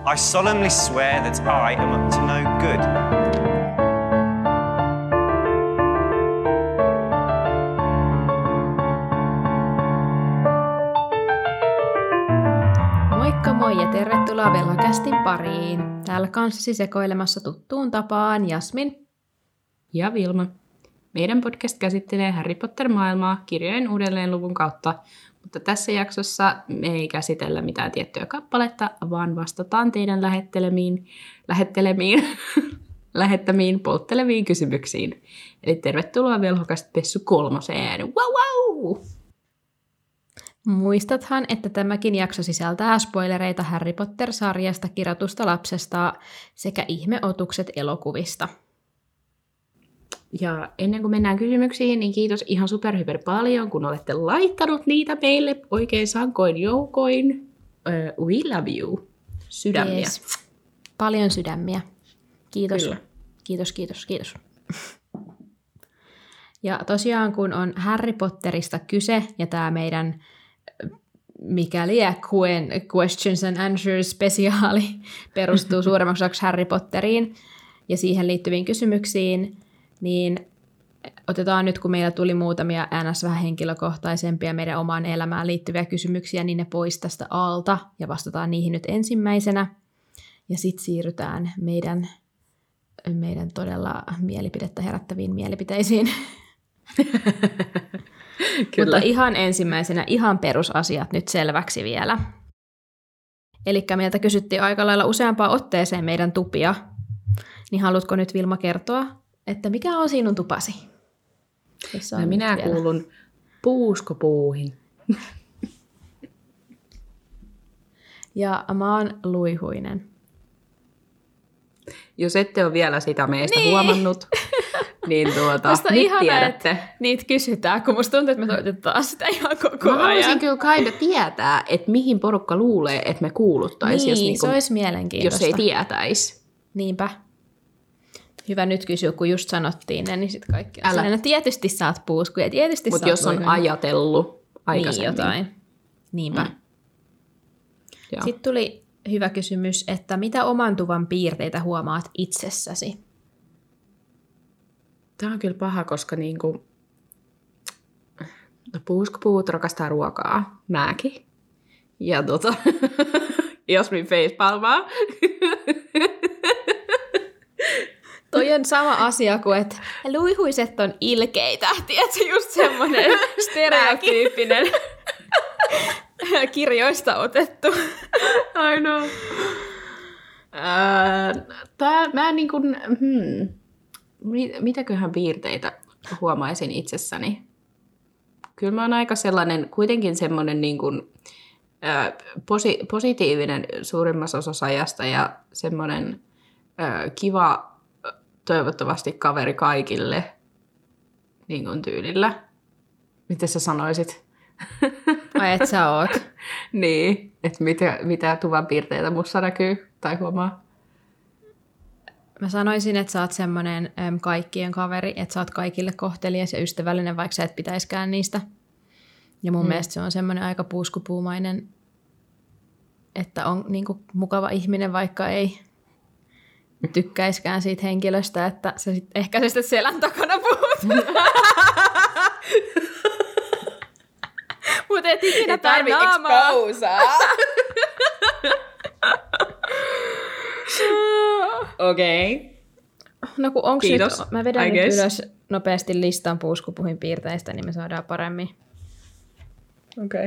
I solemnly swear that I am up to no good. Moikka moi ja tervetuloa Velhokästin pariin. Täällä kanssasi sekoilemassa tuttuun tapaan Jasmin ja Vilma. Meidän podcast käsittelee Harry Potter-maailmaa kirjojen uudelleenluvun kautta, mutta tässä jaksossa me ei käsitellä mitään tiettyä kappaletta, vaan vastataan teidän lähettämiin poltteleviin kysymyksiin. Eli tervetuloa Velhokäst Pessu 3. Wow, wow! Muistathan, että tämäkin jakso sisältää spoilereita Harry Potter-sarjasta, Kirjoitusta lapsesta sekä ihmeotukset elokuvista. Ja ennen kuin mennään kysymyksiin, niin kiitos ihan superhyper paljon, kun olette laittanut niitä meille oikein sankoin joukoin. We love you. Sydämiä. Yes. Paljon sydämiä. Kiitos. Kyllä. Kiitos. Ja tosiaan, kun on Harry Potterista kyse, ja tämä meidän mikäli Questions and Answers spesiaali perustuu suuremmaksi osaksi Harry Potteriin ja siihen liittyviin kysymyksiin, niin otetaan nyt, kun meillä tuli muutamia NS vähän henkilökohtaisempia meidän omaan elämään liittyviä kysymyksiä, niin ne pois tästä alta ja vastataan niihin nyt ensimmäisenä. Ja sitten siirrytään meidän todella mielipidettä herättäviin mielipiteisiin. Kyllä. Mutta ihan ensimmäisenä ihan perusasiat nyt selväksi vielä. Elikkä meiltä kysyttiin aika lailla useampaan otteeseen meidän tupia. Niin haluatko nyt Vilma kertoa, että mikä on sinun tupasi? No, minä kuulun puuskopuuhin. Ja mä oon luihuinen. Jos ette ole vielä sitä meistä huomannut, niin nyt tiedätte. Että niitä kysytään, kun musta tuntuu, että me toitetaan sitä ihan koko ajan. Mä haluaisin kyllä kaida tietää, että mihin porukka luulee, että me kuuluttaisiin, niin, se olisi mielenkiintoista. Jos ei tietäisi. Niinpä. Hyvä nyt kysyä, kun just sanottiin ne, niin sitten kaikki on sellainen, no tietysti saat puuskuja, tietysti mutta jos on ajatellut aikaisemmin. Niin jotain. Niinpä. Sitten tuli hyvä kysymys, että mitä oman tuvan piirteitä huomaat itsessäsi? Tämä on kyllä paha, koska puuskupuut rakastaa ruokaa. Mäkin. Ja Jasmin facepalmaa. Toi on sama asia kuin, että luihuiset on ilkeitä. Tiedätkö, just semmoinen stereotyyppinen kirjoista otettu. I know. Mitäköhän piirteitä huomaisin itsessäni? Kyllä mä oon aika sellainen, kuitenkin semmoinen positiivinen suurimmassa osassa ajasta ja semmoinen kiva, toivottavasti kaveri kaikille tyylillä. Miten sä sanoisit? Ai et sä oot. Niin, että mitä tuvan piirteitä musta näkyy tai huomaa? Mä sanoisin, että sä oot semmoinen kaikkien kaveri, että sä oot kaikille kohtelias ja ystävällinen, vaikka sä et pitäiskään niistä. Ja mun mielestä se on semmoinen aika puuskupuumainen, että on mukava ihminen, vaikka ei tykkäiskään siitä henkilöstä, että sä sit ehkä sä sitten selän takana puhut. Mut et ikinä päin naamaa. Okei. No kun onks Kiitos, nyt, mä vedän nyt ylös nopeasti listan puuskupuhin piirteistä, niin me saadaan paremmin. Okei.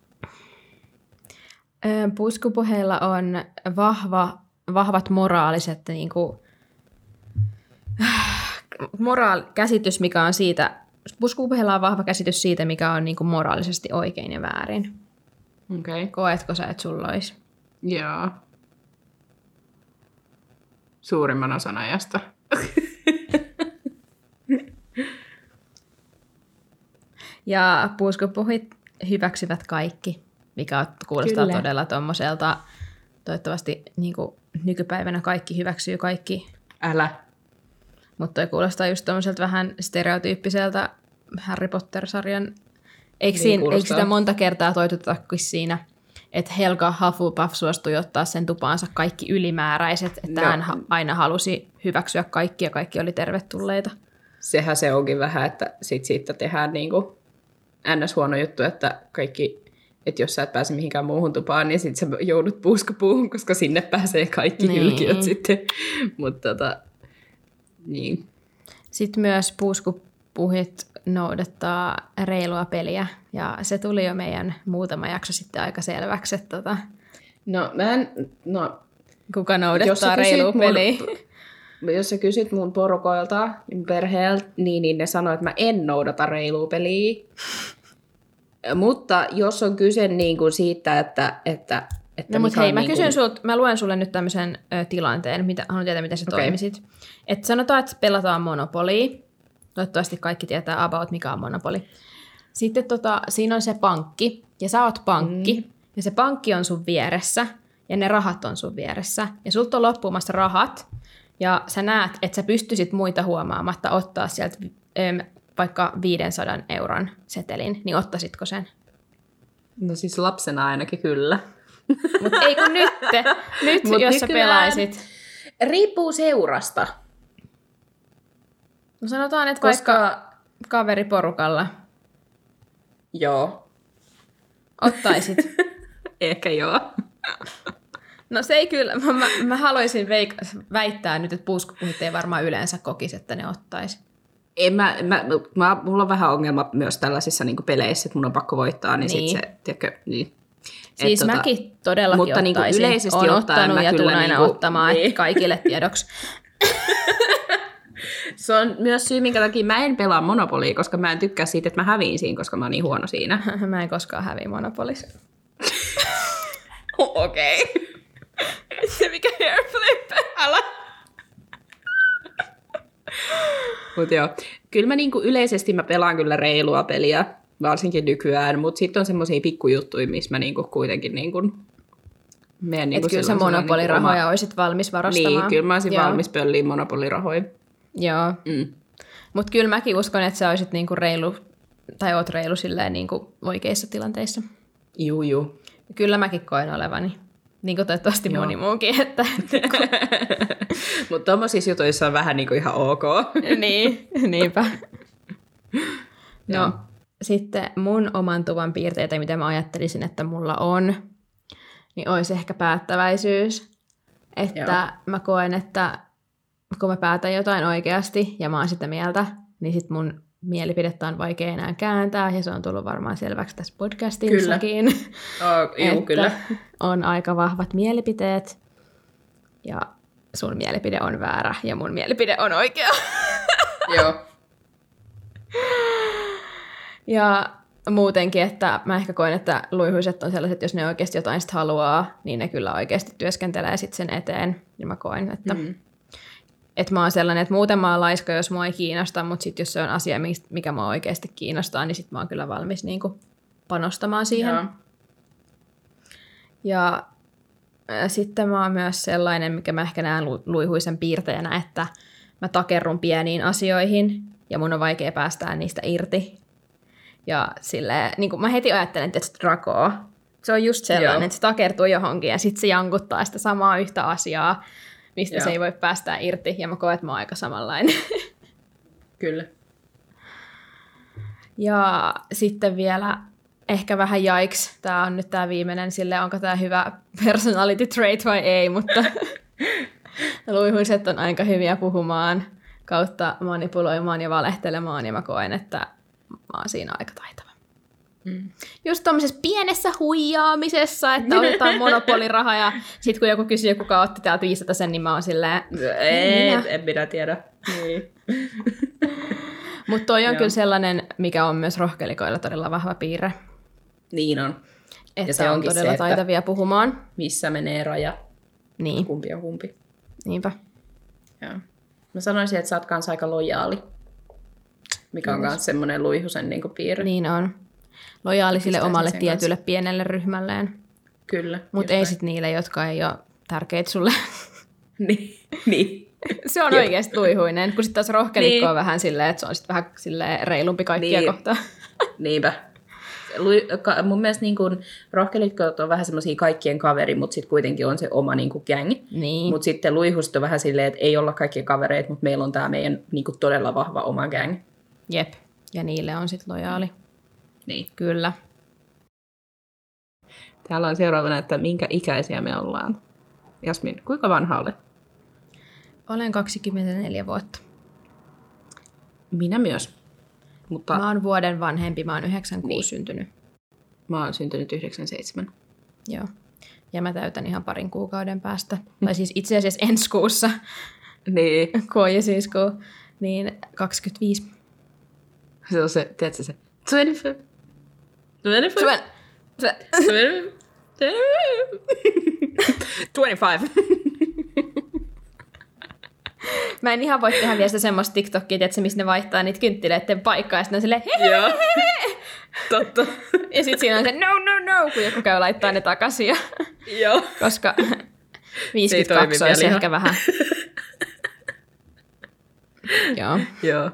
Puuskupuheilla on vahvat moraaliset käsitys, mikä on siitä. Puuskupuheilla on vahva käsitys siitä, mikä on moraalisesti oikein ja väärin. Okei. Koetko sä, että sulla olisi? Joo. Suurimman osan ajasta. Ja puuskupuhit hyväksyvät kaikki, mikä kuulostaa Kyllä. todella tommoselta. Toivottavasti nykypäivänä kaikki hyväksyy kaikki. Älä. Mutta toi kuulostaa just tommoselta vähän stereotyyppiseltä Harry Potter-sarjan. Eikö sitä monta kertaa toitutakin siinä että Helga Hufflepuff suostui ottaa sen tupaansa kaikki ylimääräiset, että hän aina halusi hyväksyä kaikki ja kaikki oli tervetulleita. Sehän se onkin vähän, että siitä tehdään niinku ns. Huono juttu, että kaikki, että jos sä et pääse mihinkään muuhun tupaan, niin sitten sä joudut puuskapuuhun, koska sinne pääsee kaikki hylkiöt sitten. Mutta niin. Sitten myös puuskupuhit noudattaa reilua peliä, ja se tuli jo meidän muutama jakso sitten aika selväksi, että kuka noudattaa reilua peliä. Jos sä kysyt mun porukoilta, perheeltä, niin ne sanoo, että mä en noudata reilua peliä. Mutta jos on kyse niin kuin siitä, että no mutta hei, mä luen sulle nyt tämmöisen tilanteen, haluan tietää, miten sä toimisit. Että sanotaan, että pelataan Monopolia. Toivottavasti kaikki tietää about, mikä on Monopoly. Sitten siinä on se pankki, ja sä oot pankki, ja se pankki on sun vieressä, ja ne rahat on sun vieressä. Ja sulta on loppumassa rahat, ja sä näet, että sä pystyisit muita huomaamatta ottaa sieltä vaikka 500 euron setelin, niin ottaisitko sen? No siis lapsena ainakin kyllä. Mutta ei kun nyt jos sä pelaisit. Riippuu seurasta. No sanotaan, että vaikka kaveriporukalla. Joo. Ottaisit. Ehkä joo. No se ei kyllä. Mä haluaisin väittää nyt, että puuskupuhit ei varmaan yleensä kokisi, että ne ottaisi. Mulla on vähän ongelma myös tällaisissa niin kuin peleissä, että mun on pakko voittaa, niin sitten se, tiedätkö, niin. Siis mäkin todellakin mutta ottaisin. Mutta niin yleisesti olen ottaen ottanut ja tulen aina ottamaan niin. kaikille tiedoksi. Se on myös syy, minkä takia mä en pelaa Monopolia, koska mä en tykkää siitä, että mä häviin siinä, koska mä oon niin huono siinä. Mä en koskaan häviä Monopolissa. Okei. Se mikä hairflip. Älä. Mut joo, kyllä mä niinku yleisesti mä pelaan kyllä reilua peliä, varsinkin nykyään, mutta sitten on semmoisia pikkujuttuja, missä mä niinku kuitenkin niinku menen niinku kyllä sä monopolirahoja olisit valmis varastamaan. Niin, kyllä mä olisin valmis pölliin monopolirahoja. Joo. Mutta kyllä mäkin uskon, että sä olisit niinku reilu, tai oot reilu silleen niinku oikeissa tilanteissa. Juu. Kyllä mäkin koen olevani. Niin kuin toivottavasti moni muukin. Mutta tommosissa jutuissa on vähän niinku ihan ok. Niin, niinpä. No, sitten mun oman tuvan piirteitä, mitä mä ajattelisin, että mulla on, niin olisi ehkä päättäväisyys. Että mä koen, että kun mä päätän jotain oikeasti ja mä oon sitä mieltä, niin sit mun mielipidettä on vaikea enää kääntää, ja se on tullut varmaan selväksi tässä podcastissakin. Kyllä. On aika vahvat mielipiteet, ja sun mielipide on väärä, ja mun mielipide on oikea. Joo. Ja muutenkin, että mä ehkä koen, että luihuiset on sellaiset, jos ne oikeasti jotain sit haluaa, niin ne kyllä oikeasti työskentelee sit sen eteen. Ja mä koen, että mä oon sellainen, että muuten mä oon laiska, jos mua ei kiinnosta, mutta sitten jos se on asia, mikä mua oikeasti kiinnostaa, niin sit mä oon kyllä valmis niinku panostamaan siihen. Joo. Ja sitten mä oon myös sellainen, mikä mä ehkä näen luihuisen piirteenä, että mä takerrun pieniin asioihin ja mun on vaikea päästää niistä irti. Ja silleen, niin kuin mä heti ajattelen, että Draco, se on just sellainen, että se takertuu johonkin ja sitten se jankuttaa sitä samaa yhtä asiaa, mistä se ei voi päästää irti. Ja mä koen, että mä oon aika samanlainen. Kyllä. Ja sitten vielä ehkä vähän jaiks. Tää on nyt tää viimeinen, silleen onko tää hyvä personality trait vai ei, mutta luihuiset on aika hyviä puhumaan kautta manipuloimaan ja valehtelemaan, ja mä koen, että mä oon siinä aika taitava. Just tommosessa pienessä huijaamisessa, että otetaan monopoliraha, ja sit kun joku kysyy, kuka otti täältä 500 sen, niin mä oon silleen, en minä tiedä. Niin. Mutta toi on kyllä sellainen, mikä on myös rohkelikoilla todella vahva piirre. Niin on. Että ja se on todella se, taitavia puhumaan. Missä menee raja. Niin. Kumpi on kumpi. Niinpä. Joo. Mä sanoisin, että sä oot kans aika lojaali. Mikä on kans semmoinen luihusen niin piirre. Niin on. Lojaali sille omalle tietylle pienelle ryhmälleen. Kyllä. Mutta ei sit niille, jotka ei ole tärkeitä sulle. Niin. Se on oikeasti luihuinen. Kun sitten taas rohkelikko on vähän silleen, että se on sitten vähän silleen reilumpi kaikkia kohtaan. Niinpä. mun mielestä niin kuin rohkelitkot on vähän semmoisia kaikkien kaveri, mutta sitten kuitenkin on se oma niin kuin gang. Niin. Mutta sitten luihusta on vähän silleen, että ei olla kaikkien kavereita, mutta meillä on tämä meidän niin kuin todella vahva oma gang. Jep, ja niille on sitten lojaali. Niin. Kyllä. Täällä on seuraavana, että minkä ikäisiä me ollaan. Jasmin, kuinka vanha olet? Olen 24 vuotta. Minä myös. Mutta Mä oon vuoden vanhempi, mä oon 96 syntynyt. mä oon syntynyt 97. Joo. Ja mä täytän ihan parin kuukauden päästä. Tai siis itse asiassa ensi kuussa, Niin. kun on jo syyskuu, niin 25. Se on se, tiedätkö se? 25. 25. 25. Mä en ihan voi tehdä vielä sitä semmoista TikTokia, että missä ne vaihtaa niitä kynttileiden paikkaa, ja sitten on silleen, Joo. Totta. ja sitten siinä on se no, kun joku käy laittaa ne takaisin, ja, Joo. koska Ei 52 toimi olisi vielä ehkä vähän. Joo. Joo.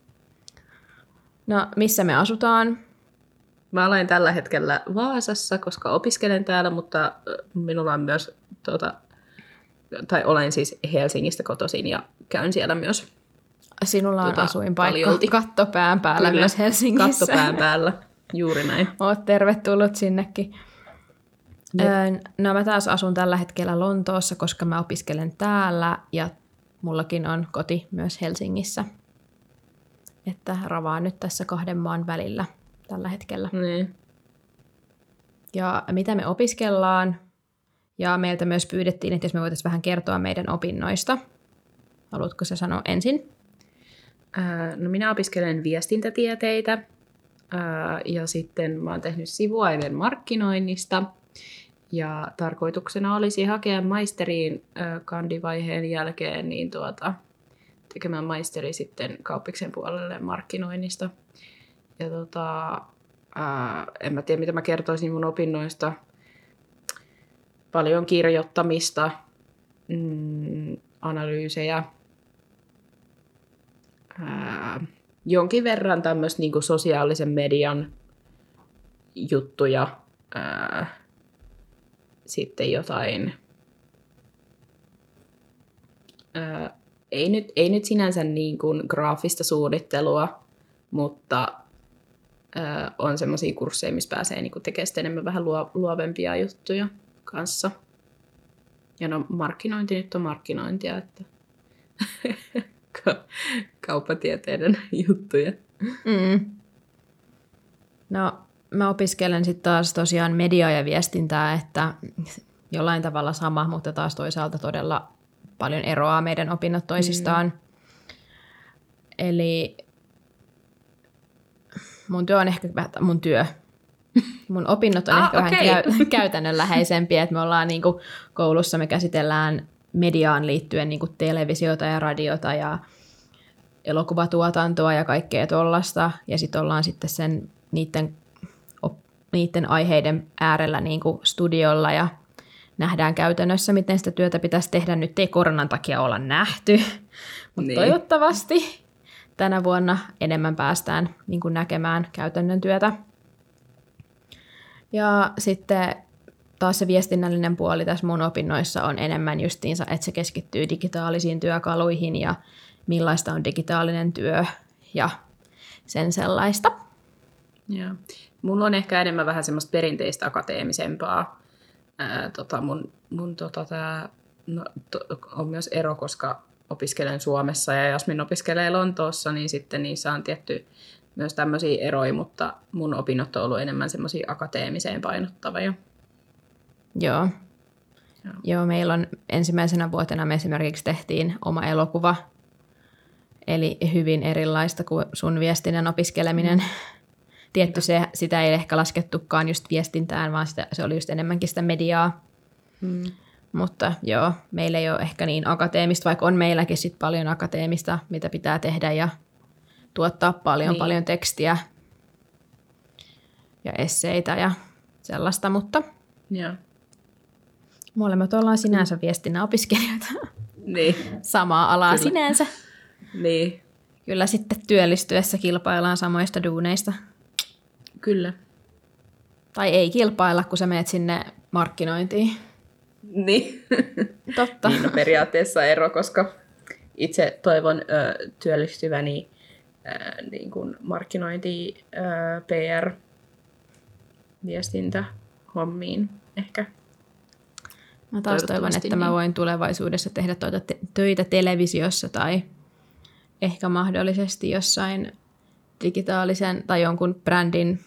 No, missä me asutaan? Mä olen tällä hetkellä Vaasassa, koska opiskelen täällä, mutta minulla on myös, tai olen siis Helsingistä kotoisin ja käyn siellä myös. Sinulla on asuinpaikka paljolti. katto pään päällä Kyllä. myös Helsingissä. Katto pään päällä, juuri näin. Oot tervetullut sinnekin. No mä taas asun tällä hetkellä Lontoossa, koska mä opiskelen täällä ja mullakin on koti myös Helsingissä. Että ravaan nyt tässä 2 maan välillä tällä hetkellä. Niin. Ja mitä me opiskellaan, ja meiltä myös pyydettiin, että jos me voitaisiin vähän kertoa meidän opinnoista. Haluatko sä sanoa ensin? No minä opiskelen viestintätieteitä ja sitten mä oon tehnyt sivuaineen markkinoinnista. Ja tarkoituksena olisi hakea maisteriin kandivaiheen jälkeen niin tekemään maisteri sitten kauppiksen puolelle markkinoinnista. Ja en mä tiedä, mitä mä kertoisin mun opinnoista. Paljon kirjoittamista, analyysejä, jonkin verran tämmöistä niin kuin sosiaalisen median juttuja, sitten jotain, ei nyt sinänsä niin kuin graafista suunnittelua, mutta on semmoisia kursseja, missä pääsee niin kuin tekemään sitten enemmän vähän luovempia juttuja kanssa. Ja no markkinointi nyt on markkinointia, että kauppatieteiden juttuja. No mä opiskelen sitten taas tosiaan mediaa ja viestintää, että jollain tavalla sama, mutta taas toisaalta todella paljon eroaa meidän opinnot toisistaan. Eli mun työ on ehkä mun opinnot on ehkä vähän käytännönläheisempiä, että me ollaan niinku koulussa, me käsitellään mediaan liittyen niinku televisiota ja radiota ja elokuvatuotantoa ja kaikkea tollasta, ja sitten ollaan sitten niiden aiheiden äärellä niinku studiolla ja nähdään käytännössä, miten sitä työtä pitäisi tehdä. Nyt ei koronan takia olla nähty, mutta toivottavasti tänä vuonna enemmän päästään niin kuin näkemään käytännön työtä. Ja sitten taas se viestinnällinen puoli tässä mun opinnoissa on enemmän justiinsa, että se keskittyy digitaalisiin työkaluihin ja millaista on digitaalinen työ ja sen sellaista. Joo. Mulla on ehkä enemmän vähän semmoista perinteistä akateemisempaa. On myös ero, koska opiskelen Suomessa ja Jasmin opiskelee Lontoossa, niin sitten niissä on tietty myös tämmöisiä eroja, mutta mun opinnot on ollut enemmän semmoisia akateemiseen painottavia. Joo, meillä on ensimmäisenä vuotena me esimerkiksi tehtiin oma elokuva, eli hyvin erilaista kuin sun viestinnän opiskeleminen. Tietty sitä ei ehkä laskettukaan just viestintään, vaan se oli just enemmänkin sitä mediaa. Mutta joo, meillä ei ole ehkä niin akateemista, vaikka on meilläkin sit paljon akateemista, mitä pitää tehdä ja tuottaa paljon tekstiä ja esseitä ja sellaista, mutta molemmat ollaan sinänsä viestinnän opiskelijoita. Niin. Samaa alaa sinänsä. Niin. Kyllä sitten työllistyessä kilpaillaan samoista duuneista. Kyllä. Tai ei kilpailla, kun sä meet sinne markkinointiin. Niin. Totta. Niin, no periaatteessa ero, koska itse toivon työllistyväni niin kuin markkinointi, PR, viestintä, hommiin ehkä. Mä taas toivon, että mä voin tulevaisuudessa tehdä töitä televisiossa tai ehkä mahdollisesti jossain digitaalisen tai jonkun brändin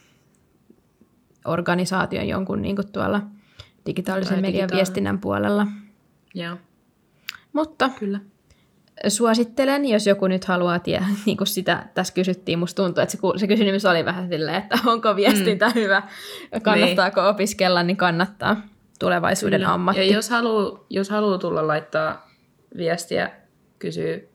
organisaation jonkun niin kuin tuolla digitaalisen median viestinnän puolella. Joo. Mutta kyllä. Suosittelen, jos joku nyt haluaa niin kuin sitä tässä kysyttiin, musta tuntuu, että se kysymys oli vähän silleen, että onko viestintä hyvä, kannattaako opiskella, niin kannattaa tulevaisuuden ammatti. Ja jos haluaa tulla laittaa viestiä, kysyy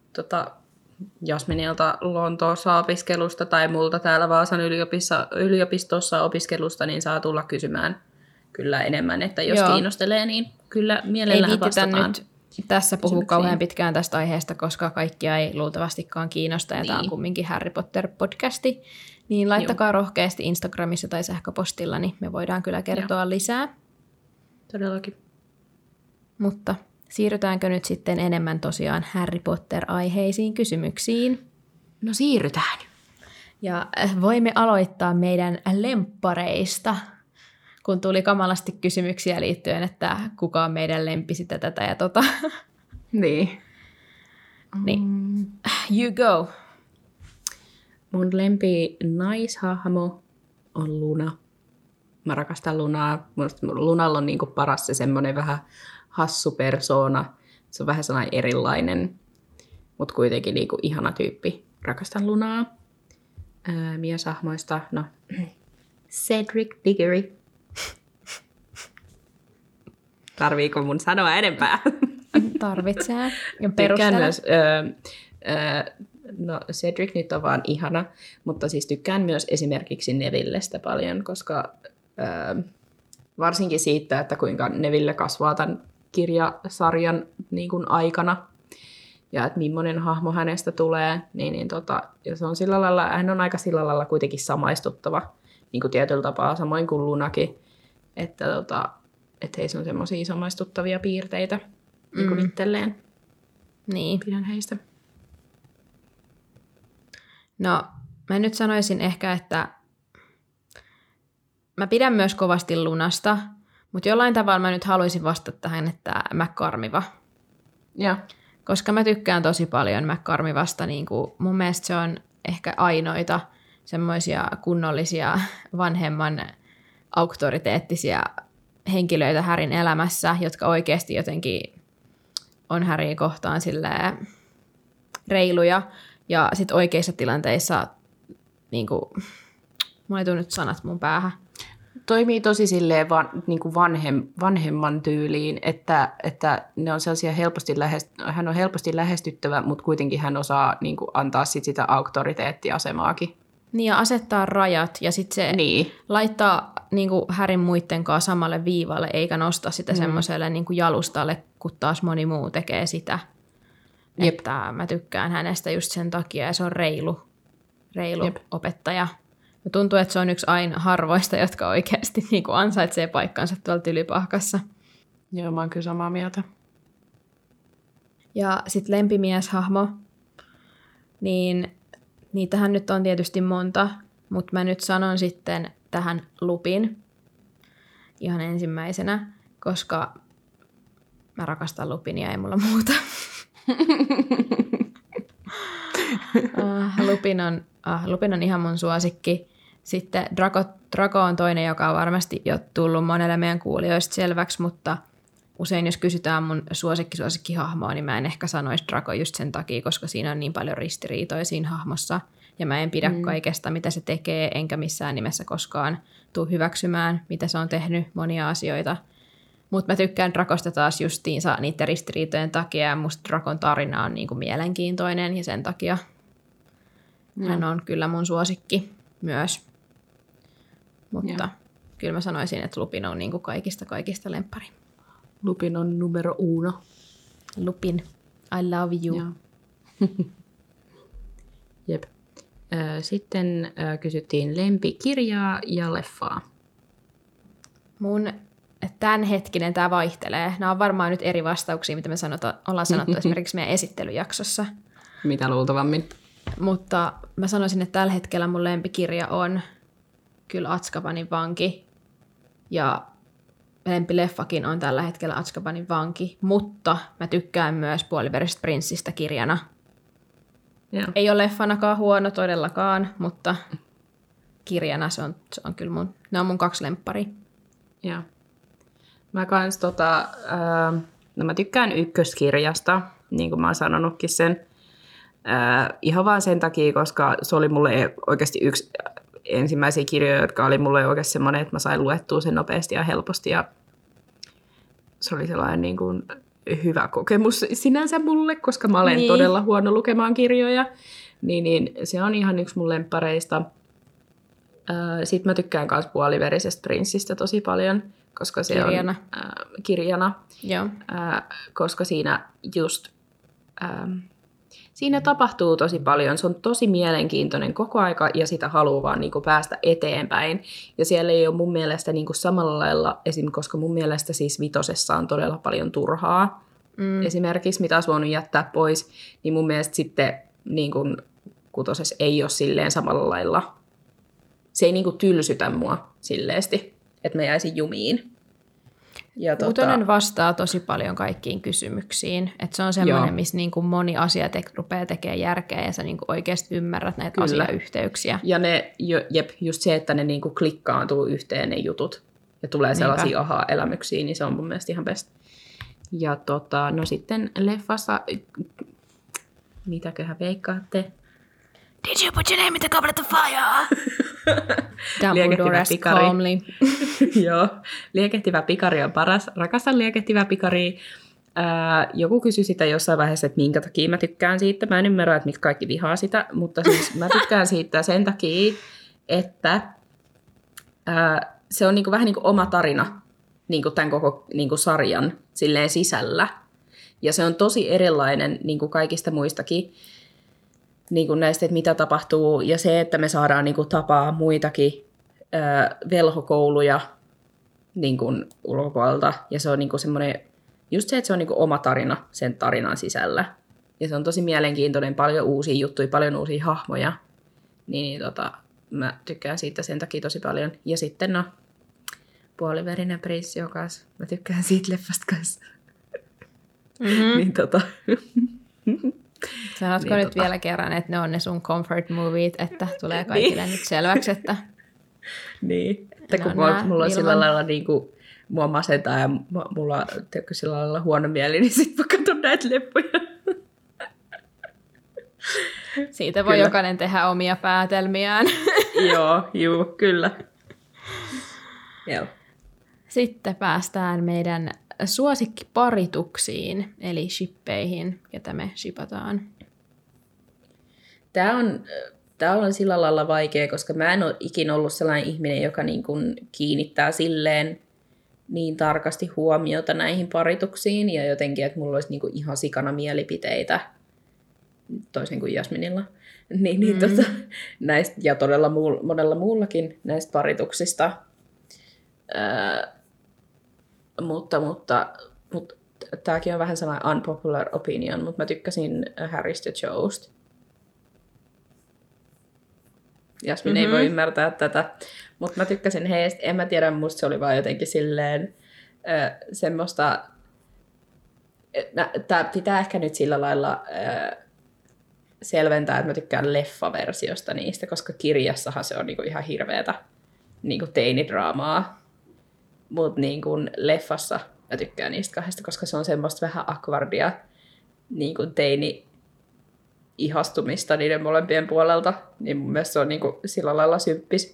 Jasminilta Lontoossa opiskelusta tai multa täällä Vaasan yliopistossa opiskelusta, niin saa tulla kysymään kyllä enemmän, että jos kiinnostelee, niin kyllä mielellään vastataan. Nyt tässä puhuu kauhean pitkään tästä aiheesta, koska kaikkia ei luultavastikaan kiinnosta, ja tämä on kumminkin Harry Potter-podcasti, niin laittakaa rohkeasti Instagramissa tai sähköpostilla, niin me voidaan kyllä kertoa lisää. Todellakin. Mutta siirrytäänkö nyt sitten enemmän tosiaan Harry Potter-aiheisiin kysymyksiin? No siirrytään. Ja voimme aloittaa meidän lemppareista, kun tuli kamalasti kysymyksiä liittyen, että kuka on meidän lempisi tätä ja tota. Niin. Niin. You go. Mun lempi naishahmo on Luna. Mä rakastan Lunaa. Lunalla on niinku paras se semmoinen vähän hassu persoona. Se on vähän sellainen erilainen, mutta kuitenkin niinku ihana tyyppi. Rakastan Lunaa. Mieshahmoista, no Cedric Diggory. Tarviiko mun sanoa enempää? Tarvitsee. Ja tykkään myös, no Cedric nyt on vaan ihana, mutta siis tykkään myös esimerkiksi Nevillestä paljon, koska varsinkin siitä, että kuinka Neville kasvaa tämän kirjasarjan niin kuin aikana ja että millainen hahmo hänestä tulee, ja se on sillä lailla, hän on aika sillä lailla kuitenkin samaistuttava niin kuin tietyllä tapaa, samoin kuin Lunakin, että heissä on semmoisia samaistuttavia piirteitä niin kuin itselleen. Niin. Pidän heistä. No, mä nyt sanoisin ehkä, että mä pidän myös kovasti Lunasta, mutta jollain tavalla mä nyt haluaisin vastata tähän, että McCormiva. Ja. Koska mä tykkään tosi paljon McCormivasta, niin kuin mun mielestä se on ehkä ainoita semmoisia kunnollisia vanhemman auktoriteettisia henkilöitä Harryn elämässä, jotka oikeasti jotenkin on Harryä kohtaan silleen reiluja ja sit oikeissa tilanteissa niinku, mulla ei tule nyt sanat mun päähän. Toimii tosi silleen niinku vanhemman tyyliin, että ne on sellaisia hän on helposti lähestyttävä, mutta kuitenkin hän osaa niinku antaa sitä auktoriteettiasemaakin. Niin ja asettaa rajat ja sitten se laittaa niinku Harryn muitten kanssa samalle viivalle eikä nosta sitä semmoiselle niinku jalustalle, kun taas moni muu tekee sitä. Jep. Että mä tykkään hänestä just sen takia ja se on reilu opettaja. Ja tuntuu, että se on yksi aina harvoista, jotka oikeasti niinku ansaitsee paikkansa tuolla Tylypahkassa. Joo, mä oon kyllä samaa mieltä. Ja sitten lempimieshahmo, niin niitähän nyt on tietysti monta, mutta mä nyt sanon sitten tähän Lupin ihan ensimmäisenä, koska mä rakastan Lupinia, ei mulla muuta. Lupin on ihan mun suosikki. Sitten Draco on toinen, joka on varmasti jo tullut monelle meidän kuulijoista selväksi, mutta usein jos kysytään mun suosikkihahmoa, niin mä en ehkä sanoisi Draco just sen takia, koska siinä on niin paljon ristiriitoja siinä hahmossa. Ja mä en pidä kaikesta, mitä se tekee, enkä missään nimessä koskaan tule hyväksymään, mitä se on tehnyt, monia asioita. Mutta mä tykkään Dracosta taas justiinsa niiden ristiriitojen takia, ja musta Dracon tarina on niinku mielenkiintoinen, ja sen takia hän on kyllä mun suosikki myös. Mutta kyllä mä sanoisin, että Lupin on niinku kaikista lemppari. Lupin on numero uno. Lupin, I love you. Jep. Sitten kysyttiin lempikirjaa ja leffaa. Mun tämänhetkinen, tämä vaihtelee. Nämä on varmaan nyt eri vastauksia, mitä me ollaan sanottu esimerkiksi meidän esittelyjaksossa. Mitä luultavammin. Mutta mä sanoisin, että tällä hetkellä mun lempikirja on kyllä Azkabanin vanki. Ja lempileffakin on tällä hetkellä Azkabanin vanki. Mutta mä tykkään myös Puoliverisistä prinssistä kirjana. Ja. Ei ole leffanakaan huono todellakaan, mutta kirjana se on kyllä ne on mun 2 lempparia. Joo. Mä kans mä tykkään ykköskirjasta, niin kuin mä oon sanonutkin sen. Ihan vaan sen takia, koska se oli mulle oikeasti yksi ensimmäisiä kirjoja, jotka oli mulle oikeasti semmoinen, että mä sain luettua sen nopeasti ja helposti. Ja se oli sellainen niin kuin hyvä kokemus sinänsä mulle, koska mä olen todella huono lukemaan kirjoja. Niin se on ihan yksi mun lemppareista. Sitten mä tykkään myös Puoliverisestä prinssistä tosi paljon, koska se kirjana. On kirjana. Joo. Koska siinä just siinä tapahtuu tosi paljon. Se on tosi mielenkiintoinen koko aika ja sitä haluaa vaan niin kuin päästä eteenpäin. Ja siellä ei ole mun mielestä niin kuin samalla lailla, koska mun mielestä siis 5 on todella paljon turhaa. Esimerkiksi mitä olisi voinut jättää pois, niin mun mielestä sitten niin kuin 6 ei ole silleen samalla lailla. Se ei niin kuin tylsytä mua silleesti, että mä jäisin jumiin. Ja 6 vastaa tosi paljon kaikkiin kysymyksiin. Että se on semmoinen, missä niin kuin moni asia rupeaa tekemään järkeä ja sä niin kuin oikeasti ymmärrät näitä asiayhteyksiä. Ja just se, että ne niin kuin klikkaantuu yhteen ne jutut ja tulee sellaisia aha-elämyksiä, niin se on mun mielestä ihan best. Ja no sitten leffassa, mitäköhän veikkaatte? Did you put your name in the goblet of fire? Dumbledore asked calmly. Joo, liekehtivä pikari on paras. Rakastan liekehtivää pikaria. Joku kysyi sitä jossain vaiheessa, että minkä takia mä tykkään siitä. Mä en ymmärrä, että miksi kaikki vihaa sitä, mutta siis mä tykkään siitä sen takia, että se on niinku vähän niin kuin oma tarina niinku tämän koko niinku sarjan silleen sisällä. Ja se on tosi erilainen niinku kaikista muistakin. Niin kuin näistä, että mitä tapahtuu, ja se, että me saadaan niin kuin tapaa muitakin velhokouluja niin kuin ulkopuolelta, ja se on niin kuin semmoinen, just se, että se on niin kuin oma tarina sen tarinan sisällä, ja se on tosi mielenkiintoinen, paljon uusia juttuja, paljon uusia hahmoja, niin mä tykkään siitä sen takia tosi paljon, ja sitten Puoliverinen prinssi, joka mä tykkään siitä leffasta kanssa. Niin Sanotko nyt vielä kerran, että ne on ne sun comfort moviet, että tulee kaikille nyt selväksi, että niin, että kun mulla on sillä lailla niin kuin, mua masentaa ja mulla on sillä lailla huono mieli, niin sit mä katson näitä leppoja. Siitä voi jokainen tehdä omia päätelmiään. Joo, kyllä. Joo. Sitten päästään meidän suosikkiparituksiin, eli shippeihin, ketä me shipataan. Tämä on sillä lailla vaikea, koska mä en ole ikinä ollut sellainen ihminen, joka niin kuin kiinnittää silleen niin tarkasti huomiota näihin parituksiin, ja jotenkin, että mulla olisi niin kuin ihan sikana mielipiteitä, toisin kuin Jasminilla, näistä, ja todella monella muullakin näistä parituksista. Mutta tämäkin on vähän sellainen unpopular opinion, mutta mä tykkäsin Harrystä Joesta. Jasmin ei voi ymmärtää tätä, mutta mä tykkäsin heistä. En mä tiedä, musta se oli vaan jotenkin silleen semmoista. Tää pitää ehkä nyt sillä lailla selventää, että mä tykkään leffaversiosta niistä, koska kirjassahan se on niinku ihan hirveetä niinku teinidraamaa. Mutta niin kuin leffassa mä tykkään niistä 2, koska se on semmoista vähän akvardia niin kuin teini-ihastumista niiden molempien puolelta. Niin mun mielestä se on niin kuin sillä lailla symppis.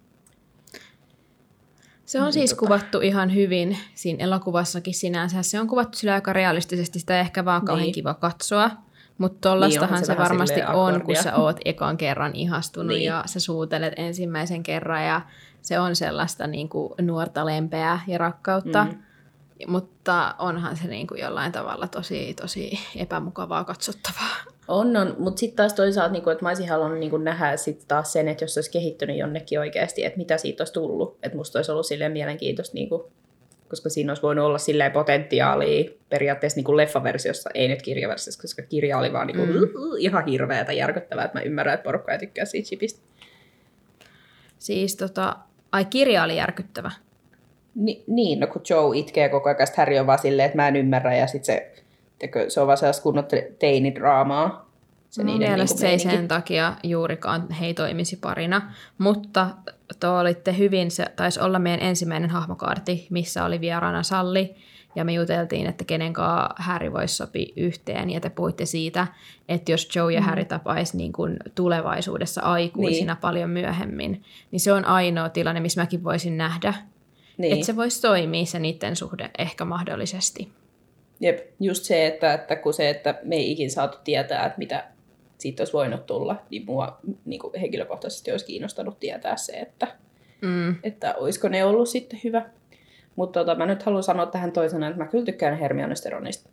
Se on siis kuvattu ihan hyvin siinä elokuvassakin sinänsä. Se on kuvattu sillä aika realistisesti, sitä ehkä vaan kauhean kiva katsoa. Mutta tollastahan niin se varmasti on, kun sä oot ekan kerran ihastunut ja sä suutelet ensimmäisen kerran ja se on sellaista niin kuin nuorta lempeää ja rakkautta. Mutta onhan se niin kuin jollain tavalla tosi, tosi epämukavaa katsottavaa. On, mutta sitten taas toisaalta, niin että mä olisin halunnut niin nähdä sit taas sen, että jos se olisi kehittynyt jonnekin oikeasti, että mitä siitä olisi tullut. Että musta olisi ollut silleen mielenkiintoista, niin kuin, koska siinä olisi voinut olla silleen potentiaalia periaatteessa niin kuin leffaversiossa, ei nyt kirjaversiossa, koska kirja oli vaan niin kuin, ihan hirveätä järkyttävää, että mä ymmärrän, että porukka ei tykkää siitä chipistä. Siis kirja oli järkyttävä. Niin, no kun Joe itkee koko ajan, Harry on vaan silleen, että mä en ymmärrä, ja sitten se on vaan sellaista kunnon teinidraamaa. Mun mielestä se ei sen takia juurikaan he toimisi parina, mutta olitte hyvin, se taisi olla meidän ensimmäinen hahmokaarti, missä oli vieraana Salli, ja me juteltiin, että kenenkaan Harry voisi sopia yhteen, ja te puhuitte siitä, että jos Joe ja Harry tapaisi niin kuin tulevaisuudessa aikuisina paljon myöhemmin, niin se on ainoa tilanne, missä mäkin voisin nähdä, että se voisi toimia se niiden suhde ehkä mahdollisesti. Jep, just se, että me ei ikin saatu tietää, että mitä siitä olisi voinut tulla, niin mua niin kuin henkilökohtaisesti olisi kiinnostanut tietää se, että olisiko ne ollut sitten hyvä. Mutta mä nyt haluan sanoa tähän toisena, että mä kyllä tykkään Hermionesta ja Ronista.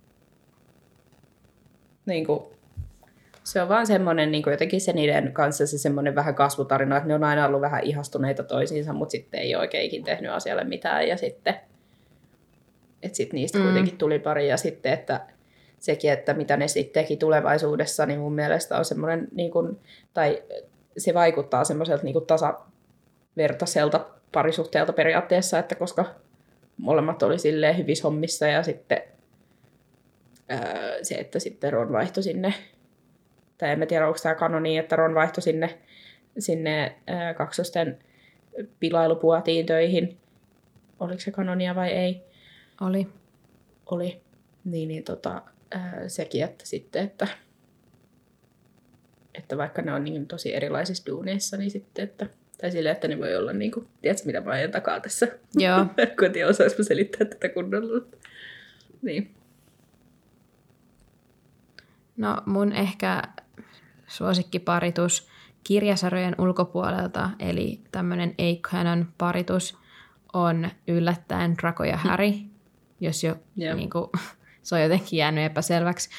Niin kuin, se on vaan semmoinen, niin kuin jotenkin se niiden kanssa se semmoinen vähän kasvutarina, että ne on aina ollut vähän ihastuneita toisiinsa, mutta sitten ei oikeinkin tehnyt asialle mitään. Ja sitten niistä kuitenkin tuli pari. Ja sitten, että sekin, että mitä ne sitten teki tulevaisuudessa, niin mun mielestä on semmoinen, niin kuin, tai se vaikuttaa semmoiselta niin kuin tasavertaiselta parisuhteelta periaatteessa, että koska molemmat oli silleen hyvissä hommissa ja sitten se, että sitten Ron vaihtoi sinne, tai en mä tiedä, onko tämä kanoni, että Ron vaihtoi sinne kaksosten pilailupuotiin töihin. Oliko se kanonia vai ei? Oli. Niin sekin, että sitten, että vaikka ne on niin tosi erilaisissa duuneissa, niin sitten, että tai silleen, että ne voi olla niin kuin, tiedätkö mitä mä ajan takaa tässä? Joo. Kun en tiedä, osaisiko selittää tätä kunnolla. Niin. No mun ehkä suosikkiparitus kirjasarjojen ulkopuolelta, eli tämmöinen A-canon paritus, on yllättäen Draco ja Harry, jos jo niin kuin, se on jotenkin jäänyt epäselväksi.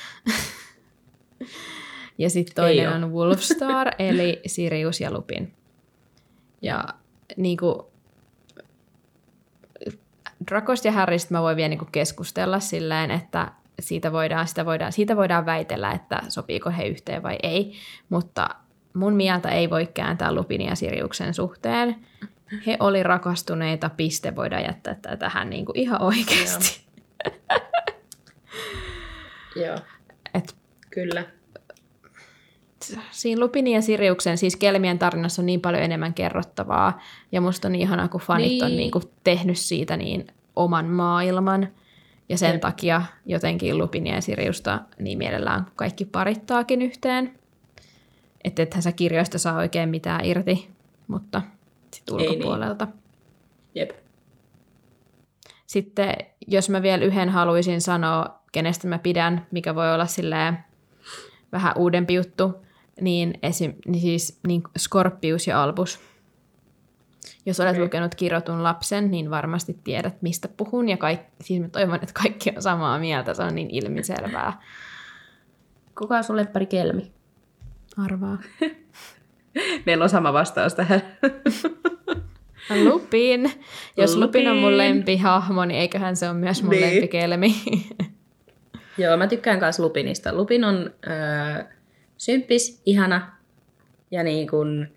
Ja sitten toinen on Wolfstar, eli Sirius ja Lupin. Ja niinku Dracosta ja Harrystä mä voin vielä niinku keskustella silleen, että siitä voidaan väitellä, että sopiiko he yhteen vai ei, mutta mun mieltä ei voi kääntää Lupin ja Siriuksen suhteen. He oli rakastuneita, piste, voidaan jättää tähän niinku ihan oikeasti. Joo. Kyllä. Siinä Lupinin ja Siriuksen, siis Kelmien tarinassa on niin paljon enemmän kerrottavaa, ja musta on niin ihanaa, kun fanit on niin kuin tehnyt siitä niin oman maailman, ja sen takia jotenkin Lupinia ja Siriusta niin mielellään kaikki parittaakin yhteen. Että ethän sä kirjoista saa oikein mitään irti, mutta sit ulkopuolelta. Niin. Jep. Sitten jos mä vielä yhden haluaisin sanoa, kenestä mä pidän, mikä voi olla silleen vähän uudempi juttu, niin Scorpius ja Albus. Jos olet lukenut Kirotun lapsen, niin varmasti tiedät, mistä puhun. Ja siis mä toivon, että kaikki on samaa mieltä. Se on niin ilmiselvää. Kuka on sun lemppari kelmi? Arvaa. Meillä on sama vastaus tähän. Lupin. Jos Lupin on mun lempihahmo, niin eiköhän se ole myös mun lempikelmi. Joo, mä tykkään myös Lupinista. Lupin on symppis, ihana ja niin kuin...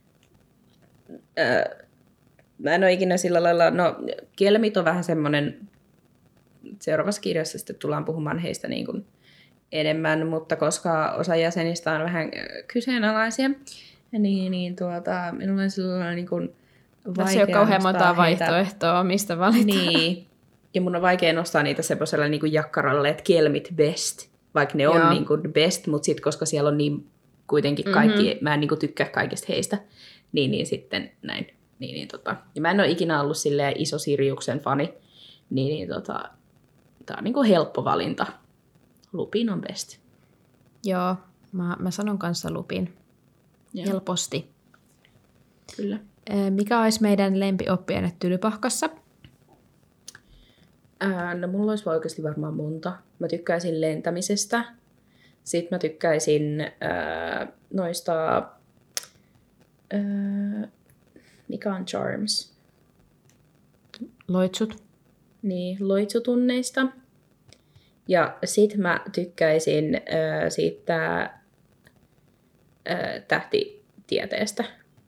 mä en ole ikinä sillä lailla... No, kelmit on vähän semmoinen... Seuraavassa kirjassa sitten tullaan puhumaan heistä niin kuin enemmän, mutta koska osa jäsenistä on vähän kyseenalaisia, niin minulla on sillä lailla niin kuin tässä ei ole kauhean montaa vaihtoehtoa, mistä valita. Niin, ja mun on vaikea nostaa niitä semmoisella niin kuin jakkaralle, että kelmit best, vaikka ne on niin kuin best, mutta sitten koska siellä on niin kuitenkin kaikki, mä en niin kuin tykkää kaikista heistä, niin sitten näin. Ja mä en ole ikinä ollut silleen iso Siriuksen fani, tää on niin kuin helppo valinta. Lupin on best. Joo, mä sanon kanssa Lupin. Joo. Helposti. Kyllä. Mikä olisi meidän lempioppijana Tylypahkassa? No mulla olisi oikeasti varmaan monta. Mä tykkäisin lentämisestä. Sitten mä tykkäisin noista... mikä on Charms? Loitsut. Niin, loitsutunneista. Ja sit mä tykkäisin siitä tähtitieteestä.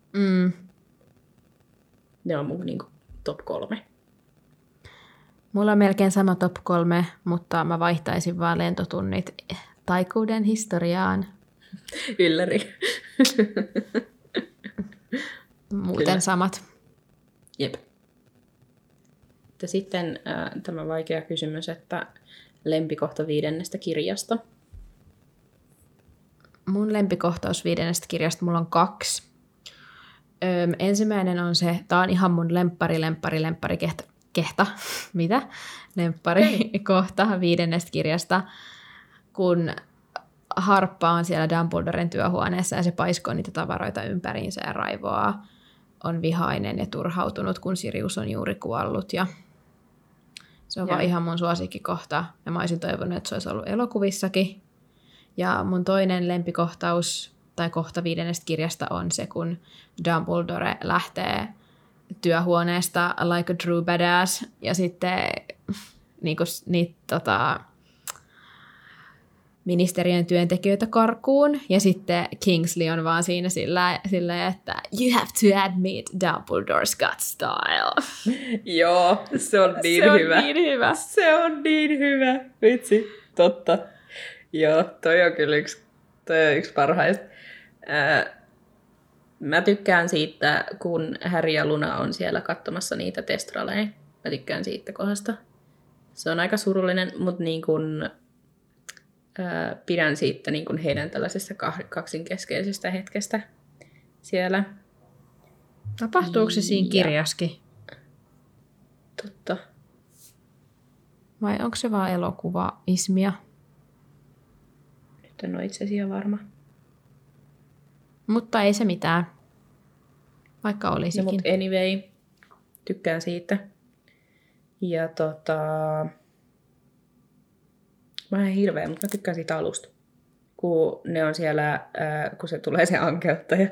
Ne on mun niinku top 3. Mulla on melkein sama top 3, mutta mä vaihtaisin vaan lentotunnit taikuuden historiaan. Ylläri. Muuten Kyllä. samat. Jep. Sitten tämä vaikea kysymys, että lempikohta 5. kirjasta. Mun lempikohtaus 5. kirjasta mulla on 2. Ensimmäinen on se, tää on ihan mun lemppari kohta 5. kirjasta, kun Harppa on siellä Dumbledoren työhuoneessa ja se paiskoo niitä tavaroita ympäriinsä ja raivoaa. On vihainen ja turhautunut, kun Sirius on juuri kuollut. Ja se on vaan ihan mun suosikkikohta. Ja mä olisin toivonut, että se olisi ollut elokuvissakin. Ja mun toinen lempikohtaus tai kohta 5. kirjasta on se, kun Dumbledore lähtee työhuoneesta like a true badass. Ja sitten niinku, niitä ministeriön työntekijöitä karkuun, ja sitten Kingsley on vaan siinä sillä että you have to admit Dumbledore's got style. Joo, se on niin hyvä. Se on niin hyvä. Vitsi, totta. Joo, toi on kyllä yksi parhaista. Mä tykkään siitä, kun Harry ja Luna on siellä katsomassa niitä testraleja. Mä tykkään siitä kohdasta. Se on aika surullinen, mutta niin kun pidän siitä niin kuin heidän tällaisesta kaksinkeskeisestä hetkestä siellä. Tapahtuuko se siinä kirjaskin? Totta. Vai onko se vaan elokuva-ismia? Nyt en ole itse asiassa varma. Mutta ei se mitään. Vaikka olisikin. No, mutta anyway, tykkään siitä. Ja mä oon hirveä, mutta mä tykkään siitä alusta. Kun ne on siellä, kun se tulee se ankeuttaja.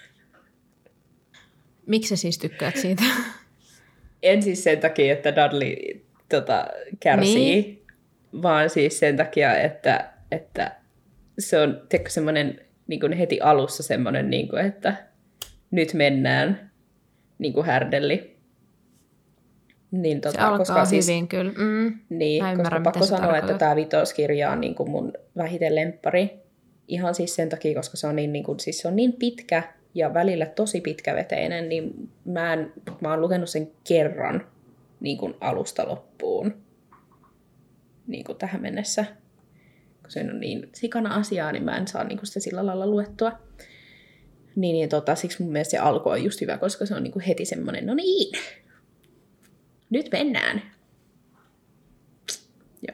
Miksi sä siis tykkäät siitä? En siis sen takia, että Dudley kärsii, niin, vaan siis sen takia, että se on semmoinen niin kuin heti alussa semmoinen, niin kuin, että nyt mennään niin kuin härdelli. Niin, se alkaa koska hyvin siis, kyllä. Niin, koska pakko sanoa, että tämä vitoskirja on niin kuin mun vähiten lemppari. Ihan siis sen takia, koska se on siis se on niin pitkä ja välillä tosi pitkäveteinen, niin mä oon lukenut sen kerran niin kuin alusta loppuun niin kuin tähän mennessä. Kun se on niin sikana asiaa, niin mä en saa niin kuin sitä sillä lailla luettua. Siksi mun mielestä se alku on just hyvä, koska se on niin kuin heti semmoinen, no niin, nyt mennään. Joo.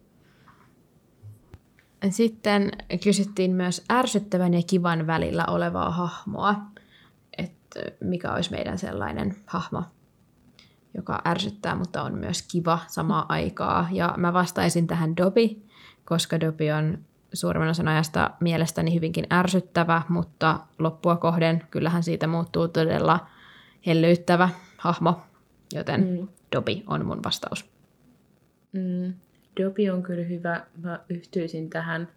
Sitten kysyttiin myös ärsyttävän ja kivan välillä olevaa hahmoa, että mikä olisi meidän sellainen hahmo, joka ärsyttää, mutta on myös kiva samaan aikaa. Ja mä vastaisin tähän Dobby, koska Dobby on suurimman osan ajasta mielestäni hyvinkin ärsyttävä, mutta loppua kohden kyllähän siitä muuttuu todella hellyyttävä hahmo, joten Dobby on mun vastaus. Dobby on kyllä hyvä. Mä yhtyisin tähän.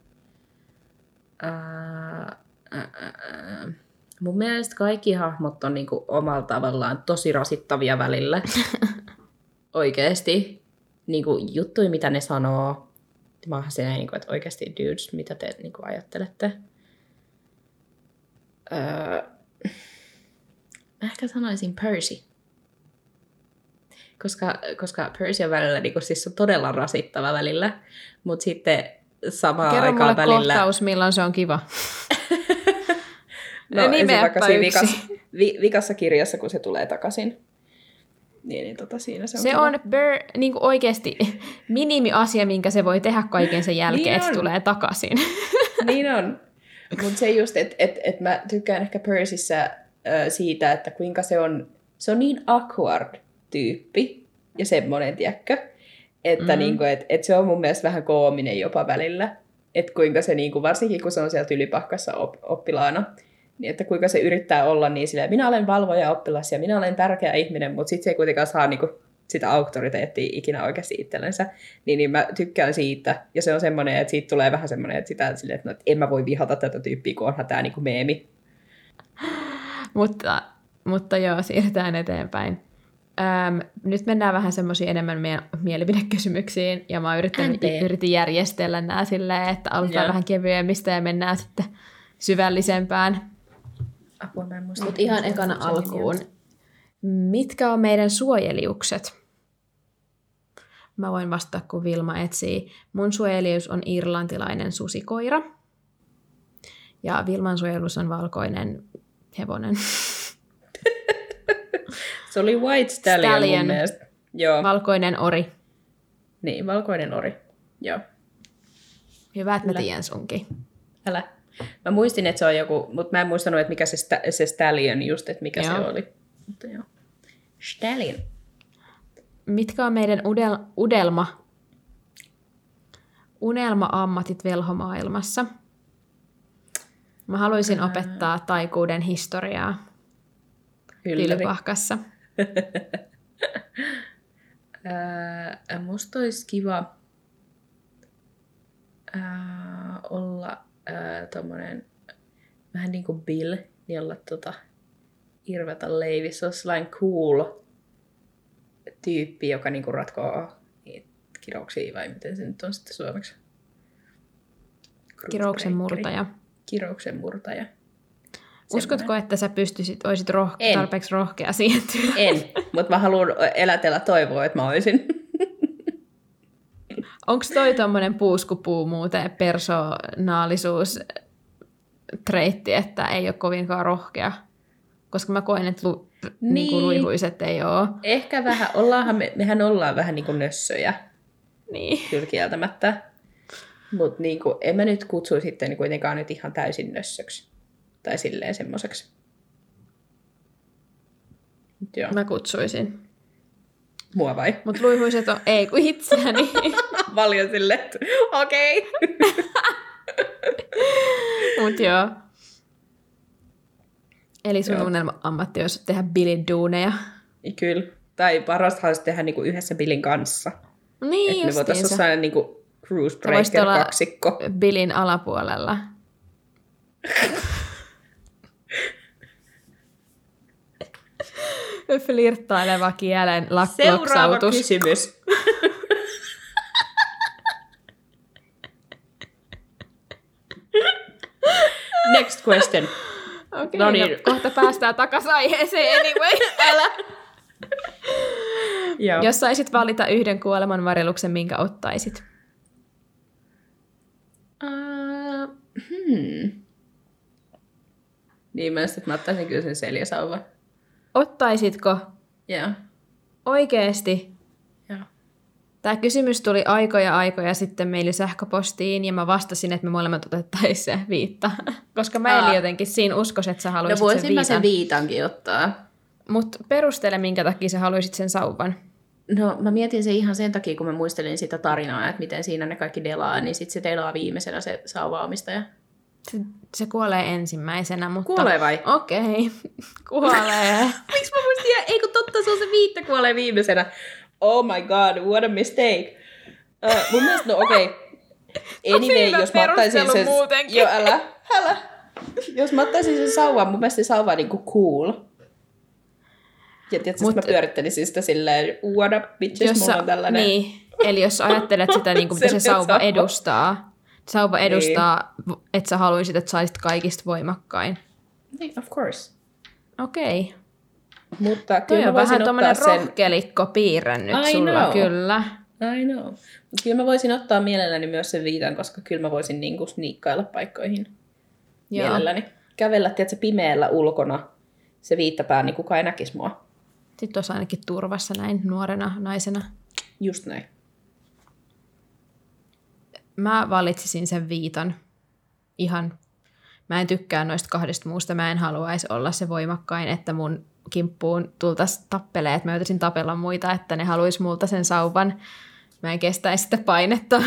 Mun mielestä kaikki hahmot on niinku omalla tavallaan tosi rasittavia välillä. Oikeesti. Niinku juttuja, mitä ne sanoo. Mä oonhan siinä, niinku, että oikeasti dudes, mitä te niinku ajattelette. Mä ehkä sanoisin Percy. Koska Percy on välillä niinku, siis on todella rasittava välillä, mutta sitten samaan aikaan välillä... Kerro mulle kohtaus, milloin se on kiva. No ensin vaikka siinä vikassa kirjassa, kun se tulee takaisin. Niin siinä se on se kiva. on niinku oikeasti minimiasia, minkä se voi tehdä kaiken sen jälkeen, niin että se tulee takaisin. Niin on. Mutta se just, että mä tykkään ehkä Percyssä siitä, että kuinka se on niin awkward tyyppi ja semmoinen, tiedätkö? Että niinku, et se on mun mielestä vähän koominen jopa välillä. että kuinka se, niin kuin, varsinkin kun se on siellä Tylypahkassa oppilaana, niin että kuinka se yrittää olla niin silleen, minä olen valvoja oppilas ja minä olen tärkeä ihminen, mutta sitten se ei kuitenkaan saa niin kuin, sitä auktoriteettia ikinä oikeasti itsellensä. Niin mä tykkään siitä. Ja se on semmoinen, että siitä tulee vähän semmoinen, että, että en mä voi vihata tätä tyyppiä, kun onhan tämä niin kuin meemi. Mutta joo, siirrytään eteenpäin. Nyt mennään vähän semmoisiin enemmän mielipidekysymyksiin, ja mä yritin järjestellä nämä silleen, että aloitetaan vähän kevyemmistä ja mennään sitten syvällisempään. Apua, mä en muista. Mutta ihan ekana alkuun. Mitkä on meidän suojeliukset? Mä voin vastata, kun Vilma etsii. Mun suojelius on irlantilainen susikoira. Ja Vilman suojelius on valkoinen hevonen. Se oli White Stallion mun mielestä. Joo. Valkoinen ori. Niin, valkoinen ori. Joo. Hyvä, että mä tiedän sunkin. Älä. Mä muistin, että se on joku, mutta mä en muistanut, että mikä se Stallion just, että mikä se oli. Mutta joo. Stallion. Mitkä on meidän unelma-ammatit velhomaailmassa? Mä haluaisin opettaa taikuuden historiaa Tylypahkassa. Musta olisi kiva olla tommonen vähän niin kuin Bill, niin olla irvetä leivissä. Se olisi sellainen cool tyyppi, joka niinku ratkoo niitä kirouksia, vai miten se nyt on sitten suomeksi? Kirouksen murtaja. Kirouksen murtaja. Uskotko, että sä olisit tarpeeksi rohkea siihen työhön? En, mutta mä haluan elätellä toivoa, että mä olisin. Onko toi tommonen puuskupuu muuten persoonallisuustreitti, että ei ole kovinkaan rohkea? Koska mä koen, että niin. luihuiset ei ole. Ehkä vähän, mehän ollaan vähän niin kuin nössöjä. Niin. Kyllä kieltämättä. Mutta niin en mä nyt kutsuisi sitten kuitenkaan nyt ihan täysin nössöksi. Tai silleen semmoiseksi. Mä kutsuisin. Mua vai? Mut luihuiset on, ei kun itseäni. Paljon silleen, että okei. Mut joo. Eli sun unelma-ammatti olisi tehdä Billy-duuneja. Kyllä. Tai parasta olisi tehdä niinku yhdessä Billin kanssa. Niin, justiinsa. Me voitaisiin olla sellainen niinku Cruise Breaker-kaksikko. Billin alapuolella. Flirttaileva kielen loksautus. Seuraava kysymys. Next question. Okei, no niin. Kohta päästään takaisin aiheeseen anyway. Älä. Jos saisit valita yhden kuolemanvarjeluksen, minkä ottaisit? Niin, mä ottaisin kyllä sen seljäsauvan. Ottaisitko? Joo. Oikeesti? Joo. Tämä kysymys tuli aikoja sitten meille sähköpostiin, ja mä vastasin, että me molemmat otettaisiin se viitta. Koska mä en jotenkin siinä uskoisi, että sä haluaisit sen viitan. No voisin mä sen viitankin ottaa. Mutta perustele, minkä takia sä haluaisit sen sauvan. No mä mietin se ihan sen takia, kun mä muistelin sitä tarinaa, että miten siinä ne kaikki delaa, niin sitten se delaa viimeisenä se sauva-omistaja. Se kuolee ensimmäisenä, mutta... Kuolee vai? Okei, kuolee. Miksi mä muistin? Ei kun totta, se on se viitta kuolee viimeisenä. Oh my god, what a mistake. Mun mielestä, no okei. Anyway, jos mä ottaisin sen... Muutenkin. Joo, älä. Jos mä ottaisin sen sauvan, mun mielestä se sauva on niinku cool. Ja tietysti mä pyörittelisin sitä silleen, what up, bitches, mulla on tällainen. Niin, eli jos ajattelet sitä, niin kuin, mitä se sauva edustaa. Sauva edustaa, että sä haluaisit, että saisit kaikista voimakkain. Niin, of course. Okei. Mutta toi kyllä on mä voisin vähän tommonen sen... rohkelikko piirre nyt I sulla, know. kyllä. I know. Mutta kyllä mä voisin ottaa mielelläni myös sen viitan, koska kyllä mä voisin niinku sniikkailla paikkoihin. Joo. Mielelläni. Kävellä, tiedätkö, pimeällä ulkona. Se viittapää, niin kukaan ei näkisi mua. Sitten olisi ainakin turvassa näin nuorena naisena. Just näin. Mä valitsisin sen viitan. Mä en tykkää noista kahdesta muusta. Mä en haluaisi olla se voimakkain, että mun kimppuun tultaisiin tappeleen, että mä joutuisin tapella muita, että ne haluaisi multa sen sauvan. Mä en kestäisi sitä painetta.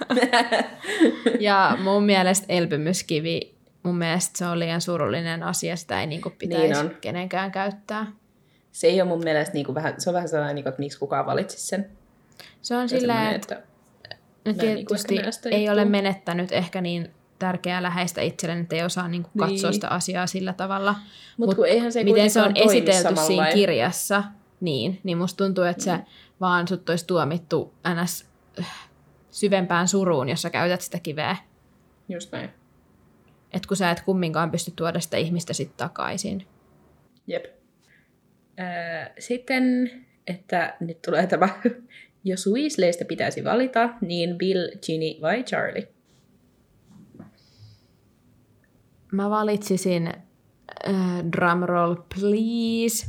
Ja mun mielestä elpymyskivi, mun mielestä se on liian surullinen asia, sitä ei niinku pitäisi Niin kenenkään käyttää. Se ei ole mun mielestä niinku vähän, se on vähän sellainen, niinku, että miksi kukaan valitsisi sen. Se on silleen, että tietysti ei ole menettänyt ehkä niin tärkeää läheistä itselleen, että ei osaa niinku katsoa sitä asiaa sillä tavalla. Mutta miten se on esitelty siinä kirjassa, niin musta tuntuu, että se vaan sut olisi tuomittu ns. Syvempään suruun, jos sä käytät sitä kiveä. Just näin. Et kun sä et kumminkaan pysty tuoda sitä ihmistä sit takaisin. Jep. Sitten, että nyt tulee tämä, jos Weasleystä pitäisi valita, niin Bill, Ginny vai Charlie? Mä valitsisin, drumroll please,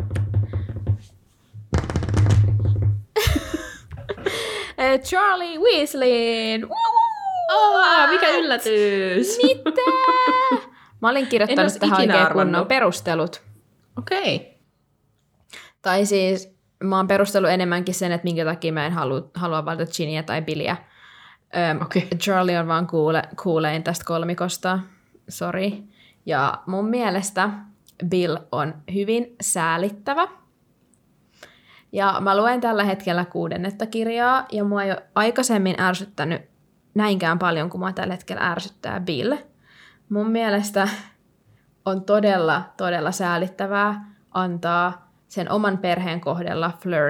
Charlie Weasleyn! Mikä yllätys! Mitä? Mä olin kirjoittanut tähän oikein kunnon perustelut. Okei. Tai siis mä oon perustellut enemmänkin sen, että minkä takia mä en halua valita Ginnyä tai Billyä. Charlie on vaan kuulein tästä kolmikosta. Sori. Ja mun mielestä Bill on hyvin säälittävä. Ja mä luen tällä hetkellä 6. kirjaa, ja mua ei ole aikaisemmin ärsyttänyt näinkään paljon, kuin mua tällä hetkellä ärsyttää Bill. Mun mielestä on todella, todella säälittävää antaa sen oman perheen kohdella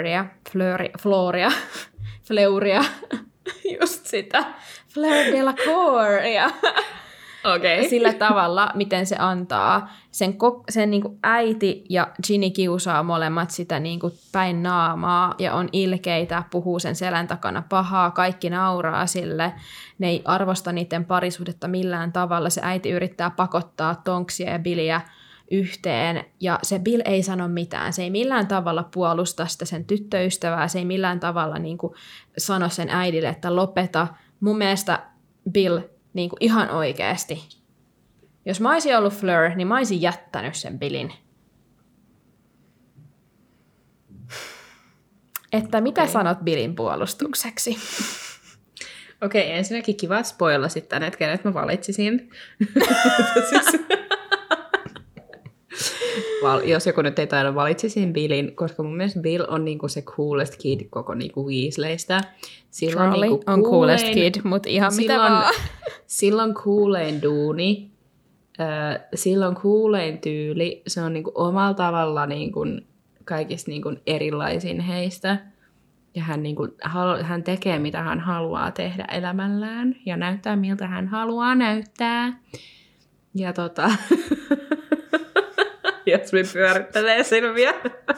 Fleuria, just sitä, Fleur de la Couria. Okay. Sillä tavalla, miten se antaa. Sen niin kuin äiti ja Ginny kiusaa molemmat sitä niin kuin päin naamaa ja on ilkeitä, puhuu sen selän takana pahaa, kaikki nauraa sille. Ne ei arvosta niiden parisuhdetta millään tavalla. Se äiti yrittää pakottaa Tonksia ja Billyä yhteen ja se Bill ei sano mitään. Se ei millään tavalla puolusta sitä sen tyttöystävää. Se ei millään tavalla niin kuin sano sen äidille, että lopeta. Mun mielestä Bill niin kuin ihan oikeasti. Jos mä olisin ollut Fleur, niin mä olisin jättänyt sen Billin. Että mitä sanot Billin puolustukseksi? Okei, ensinnäkin kiva spoilasit tänne, että kenet mä valitsisin. Jos joku nyt ei taida, valitsisin Billin, koska mun mielestä Bill on niinku se coolest kid koko niinku Weasleystä. Charlie niinku on coolest kid, mutta ihan mitä vaan. Silloin coolein duuni, silloin coolein tyyli, se on niinku omalla tavalla niinku kaikista niinku erilaisin heistä. Ja hän tekee, mitä hän haluaa tehdä elämällään ja näyttää, miltä hän haluaa näyttää. Ja Jasmin pyörittelee silmiä.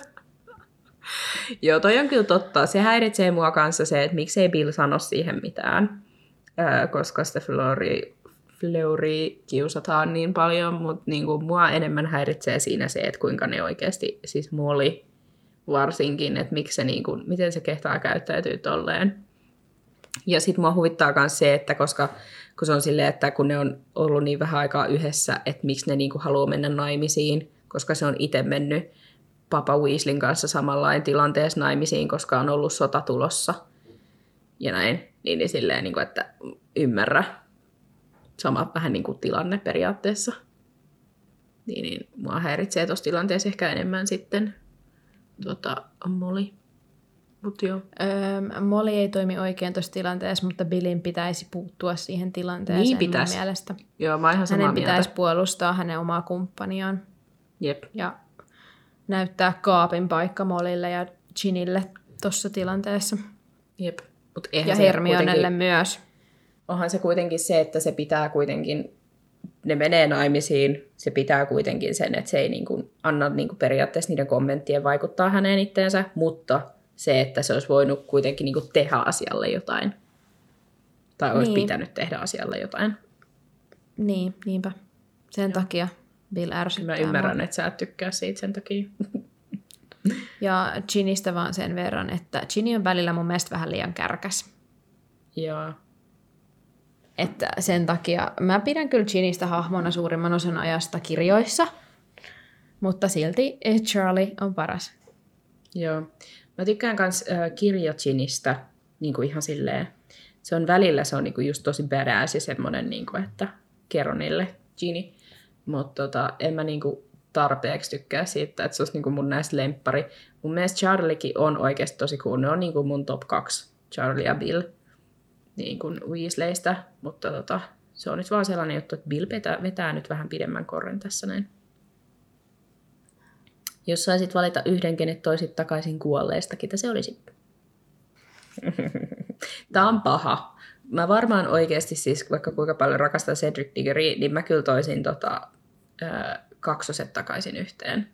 Joo, toi on kyllä totta. Se häiritsee mua kanssa se, että miksei Bill sano siihen mitään, koska sitä Fleuria kiusataan niin paljon, mutta niinku mua enemmän häiritsee siinä se, että kuinka ne oikeasti, siis Molly varsinkin, että miten se kehtaa käyttäytyy tolleen. Ja sit mua huvittaa myös se, että kun se on silleen, että kun ne on ollut niin vähän aikaa yhdessä, että miksi ne niinku haluaa mennä naimisiin, koska se on itse mennyt Papa Weasleyn kanssa samanlain tilanteessa naimisiin, koska on ollut sota tulossa ja näin. Niin silleen, niin kuin, että ymmärrä. Sama vähän niin kuin tilanne periaatteessa. Niin mua häiritsee tuossa tilanteessa ehkä enemmän sitten Molly. Mut joo. Molly ei toimi oikein tuossa tilanteessa, mutta Billin pitäisi puuttua siihen tilanteeseen niin pitäisi. Mun mielestä. Joo, mä oon ihan samaa Hänen mieltä. pitäisi puolustaa hänen omaa kumppaniaan. Jep. Ja näyttää kaapin paikka Mollylle ja Ginnylle tuossa tilanteessa. Jep. Ja Hermionelle myös. Onhan se kuitenkin se, että se pitää kuitenkin, ne menee naimisiin, se pitää kuitenkin sen, että se ei anna periaatteessa niiden kommenttien vaikuttaa häneen itteensä, mutta se, että se olisi voinut kuitenkin tehdä asialle jotain. Tai olisi pitänyt tehdä asialle jotain. Niin, niinpä. Sen takia Bill ärsyttää. Mä ymmärrän, että sä et tykkää siitä sen takia. Ja Ginnystä vaan sen verran, että Ginny on välillä mun mielestä vähän liian kärkäs. Joo. Että sen takia mä pidän kyllä Ginnystä hahmona suurimman osan ajasta kirjoissa, mutta silti Charlie on paras. Joo. Mä tykkään myös kirja Ginnystä, Niin kuin ihan silleen, se on välillä se on niin kuin just tosi badass ja semmoinen, niin kuin, että kerro niille Ginny. Mutta en mä niin kuin tarpeeksi tykkää siitä, että se olisi niin kuin mun näistä lemppari. Mun mielestä Charliekin on oikeasti tosi cool. Ne on niin kuin mun top 2, Charlie ja Bill, niin kuin Weasleystä. Mutta se on nyt vaan sellainen juttu, että Bill vetää nyt vähän pidemmän korren tässä näin. Jos saisit valita yhden, kenet toisit takaisin kuolleesta, ketä se olisi? Tää on paha. Mä varmaan oikeasti siis, vaikka kuinka paljon rakastan Cedric Diggory, niin mä kyllä toisin kaksoset takaisin yhteen.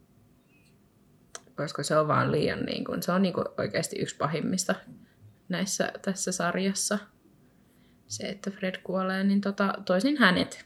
Koska se on vaan liian niin kuin, se on niin kuin oikeasti yksi pahimmista tässä sarjassa. Se, että Fred kuolee, niin toisin hänet.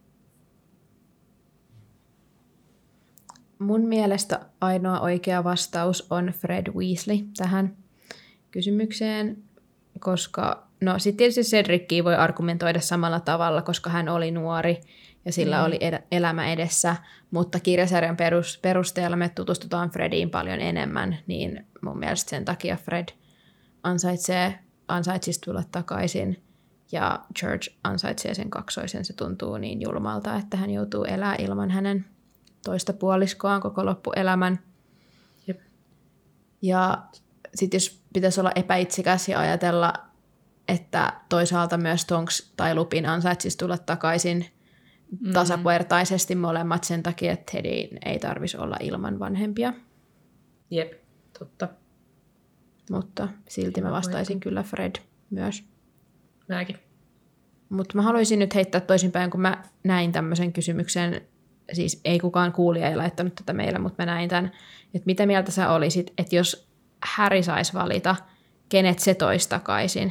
Mun mielestä ainoa oikea vastaus on Fred Weasley tähän kysymykseen, koska no sitten tietysti Cedrickiä voi argumentoida samalla tavalla, koska hän oli nuori ja sillä oli elämä edessä, mutta kirjasarjan perusteella me tutustutaan Frediin paljon enemmän, niin mun mielestä sen takia Fred ansaitsisi tulla takaisin ja George ansaitsee sen kaksoisen. Se tuntuu niin julmalta, että hän joutuu elämään ilman hänen toista puoliskoaan koko loppuelämän. Jep. Ja sitten jos pitäisi olla epäitsikäs ja ajatella, että toisaalta myös Tonks tai Lupin ansaitsisi tulla takaisin tasapuertaisesti molemmat sen takia, että Teddy ei tarvitsisi olla ilman vanhempia. Jep, totta. Mutta silti mä vastaisin kyllä Fred myös. Mäkin. Mutta mä haluaisin nyt heittää toisinpäin, kun mä näin tämmöisen kysymyksen, siis ei kukaan kuulija ei laittanut tätä meille, mutta mä näin tämän, että mitä mieltä sä olisit, että jos Harry saisi valita, kenet se toisi takaisin?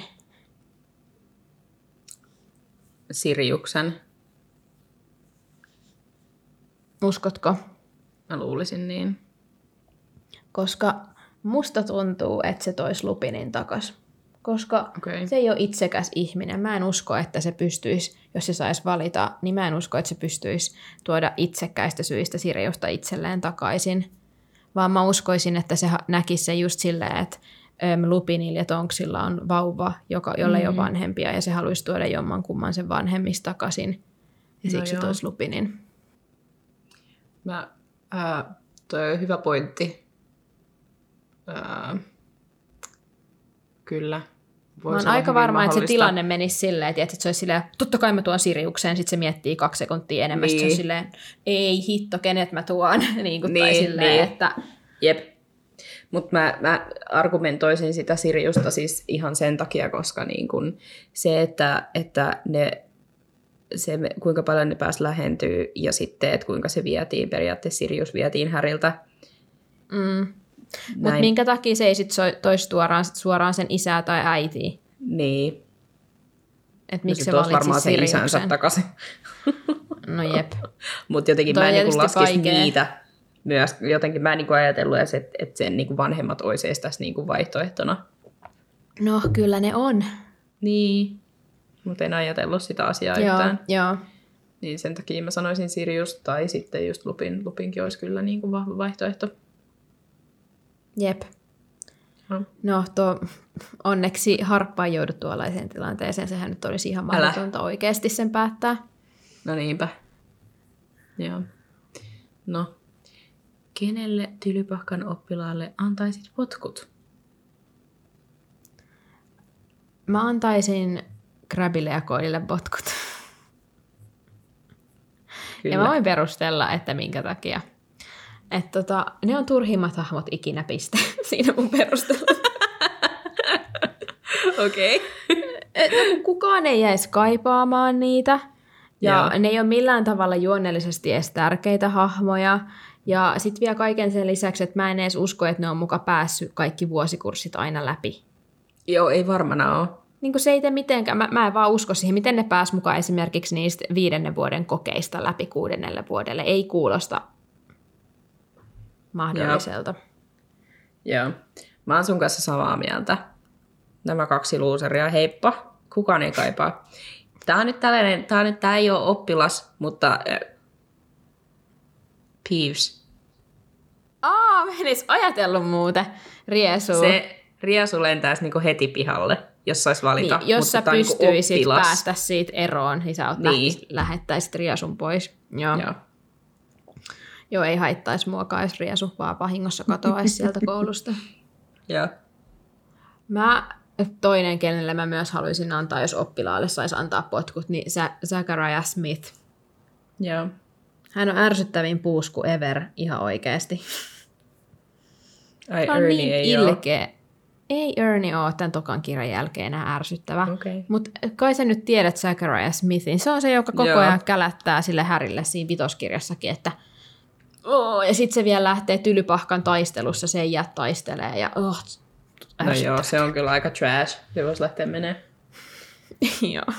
Siriuksen. Uskotko? Mä luulisin niin. Koska musta tuntuu, että se toisi Lupinin takas. Koska Okay. se ei ole itsekäs ihminen. Mä en usko, että se pystyisi, jos se saisi valita, niin mä en usko, että se pystyisi tuoda itsekkäistä syistä Siriusta itselleen takaisin. Vaan mä uskoisin, että se näkisi se just silleen, että Lupinilla ja Tonksilla on vauva, jolla ei ole vanhempia, ja se haluaisi tuoda jommankumman sen vanhemmista takaisin. Ja siksi se toisi Lupinin. Toi on hyvä pointti. Kyllä. Mä oon aika varma, että se tilanne menisi silleen, että se olisi silleen, totta kai mä tuon Siriukseen, sitten se miettii 2 sekuntia enemmän, niin. Se on silleen, ei hitto, kenet mä tuon, niin kuin, tai silleen, että... Jep. Mutta mä argumentoisin sitä Siriusta siis ihan sen takia, koska niin kun se, että kuinka paljon ne pääsi lähentyä ja sitten, että kuinka se vietiin, periaatteessa Sirius vietiin Harryltä. Mutta minkä takia se ei sitten toisi suoraan sen isää tai äitiä? Niin. Että miksi se valitsi varmaan sen isänsä takaisin. No jep. Mutta jotenkin mä en niin laskisi niitä myös. Jotenkin mä en niin ajatellut edes, että sen niin vanhemmat olisi edes tässä niin vaihtoehtona. No kyllä ne on. Niin. Mutta en ajatellut sitä asiaa yhtään. Joo. Niin sen takia mä sanoisin Sirius tai sitten just Lupin. Lupinkin olisi kyllä niin kuin vahva vaihtoehto. Jep. No onneksi Harppa ei joudu tuollaiseen tilanteeseen. Sehän nyt olisi ihan mahdotonta oikeasti sen päättää. No niinpä. Joo. No, kenelle Tylypahkan oppilaalle antaisit potkut? Mä antaisin Crabille ja Goylelle potkut. Kyllä. Ja mä voin perustella, että minkä takia. Että ne on turhimmat hahmot ikinä piste. Siinä mun perustelu. Okei. Okay. Kukaan ei jäisi kaipaamaan niitä. Ja ne ei ole millään tavalla juonellisesti edes tärkeitä hahmoja. Ja sitten vielä kaiken sen lisäksi, että mä en edes usko, että ne on muka päässyt kaikki vuosikurssit aina läpi. Joo, ei varmana ole. Niin kuin se ei tee mitenkään. Mä en vaan usko siihen, miten ne pääs mukaan esimerkiksi niistä 5. vuoden kokeista läpi 6. vuodelle. Ei kuulosta mahdolliselta. Joo. Mä oon sun kanssa samaa mieltä. Nämä 2 luuseria, heippa. Kukaan ei kaipaa. Tää on nyt tällainen, tää ei ole oppilas, mutta Peeves. Mä en edes ajatellut muuten. Riesuu. Riesu lentäisi niinku heti pihalle, jos saisi valita. Niin, jos sä pystyisit niinku päästä siitä eroon, niin sä niin. lähettäisit Riesun pois. Joo. Joo, ei haittaisi muakaan, jos Riesu vaan vahingossa katoaisi sieltä koulusta. Joo. Toinen, kenelle mä myös haluaisin antaa, jos oppilaalle saisi antaa potkut, niin Zachariah Smith. Joo. Hän on ärsyttävin puusku ever, ihan oikeasti. Ai Ernie niin ei ilkeä. Ole. Ei Ernie ole tämän tokan kirjan jälkeen enää ärsyttävä. Okay. Mutta kai sä nyt tiedät Zachariah Smithin. Se on se, joka koko ajan kälättää sille Harrylle siinä vitoskirjassakin, että ja sitten se vielä lähtee Tylypahkan taistelussa, se ei jää taistelee. Ja, no joo, se on kyllä aika trash. Se voisi lähteä menemään. Joo.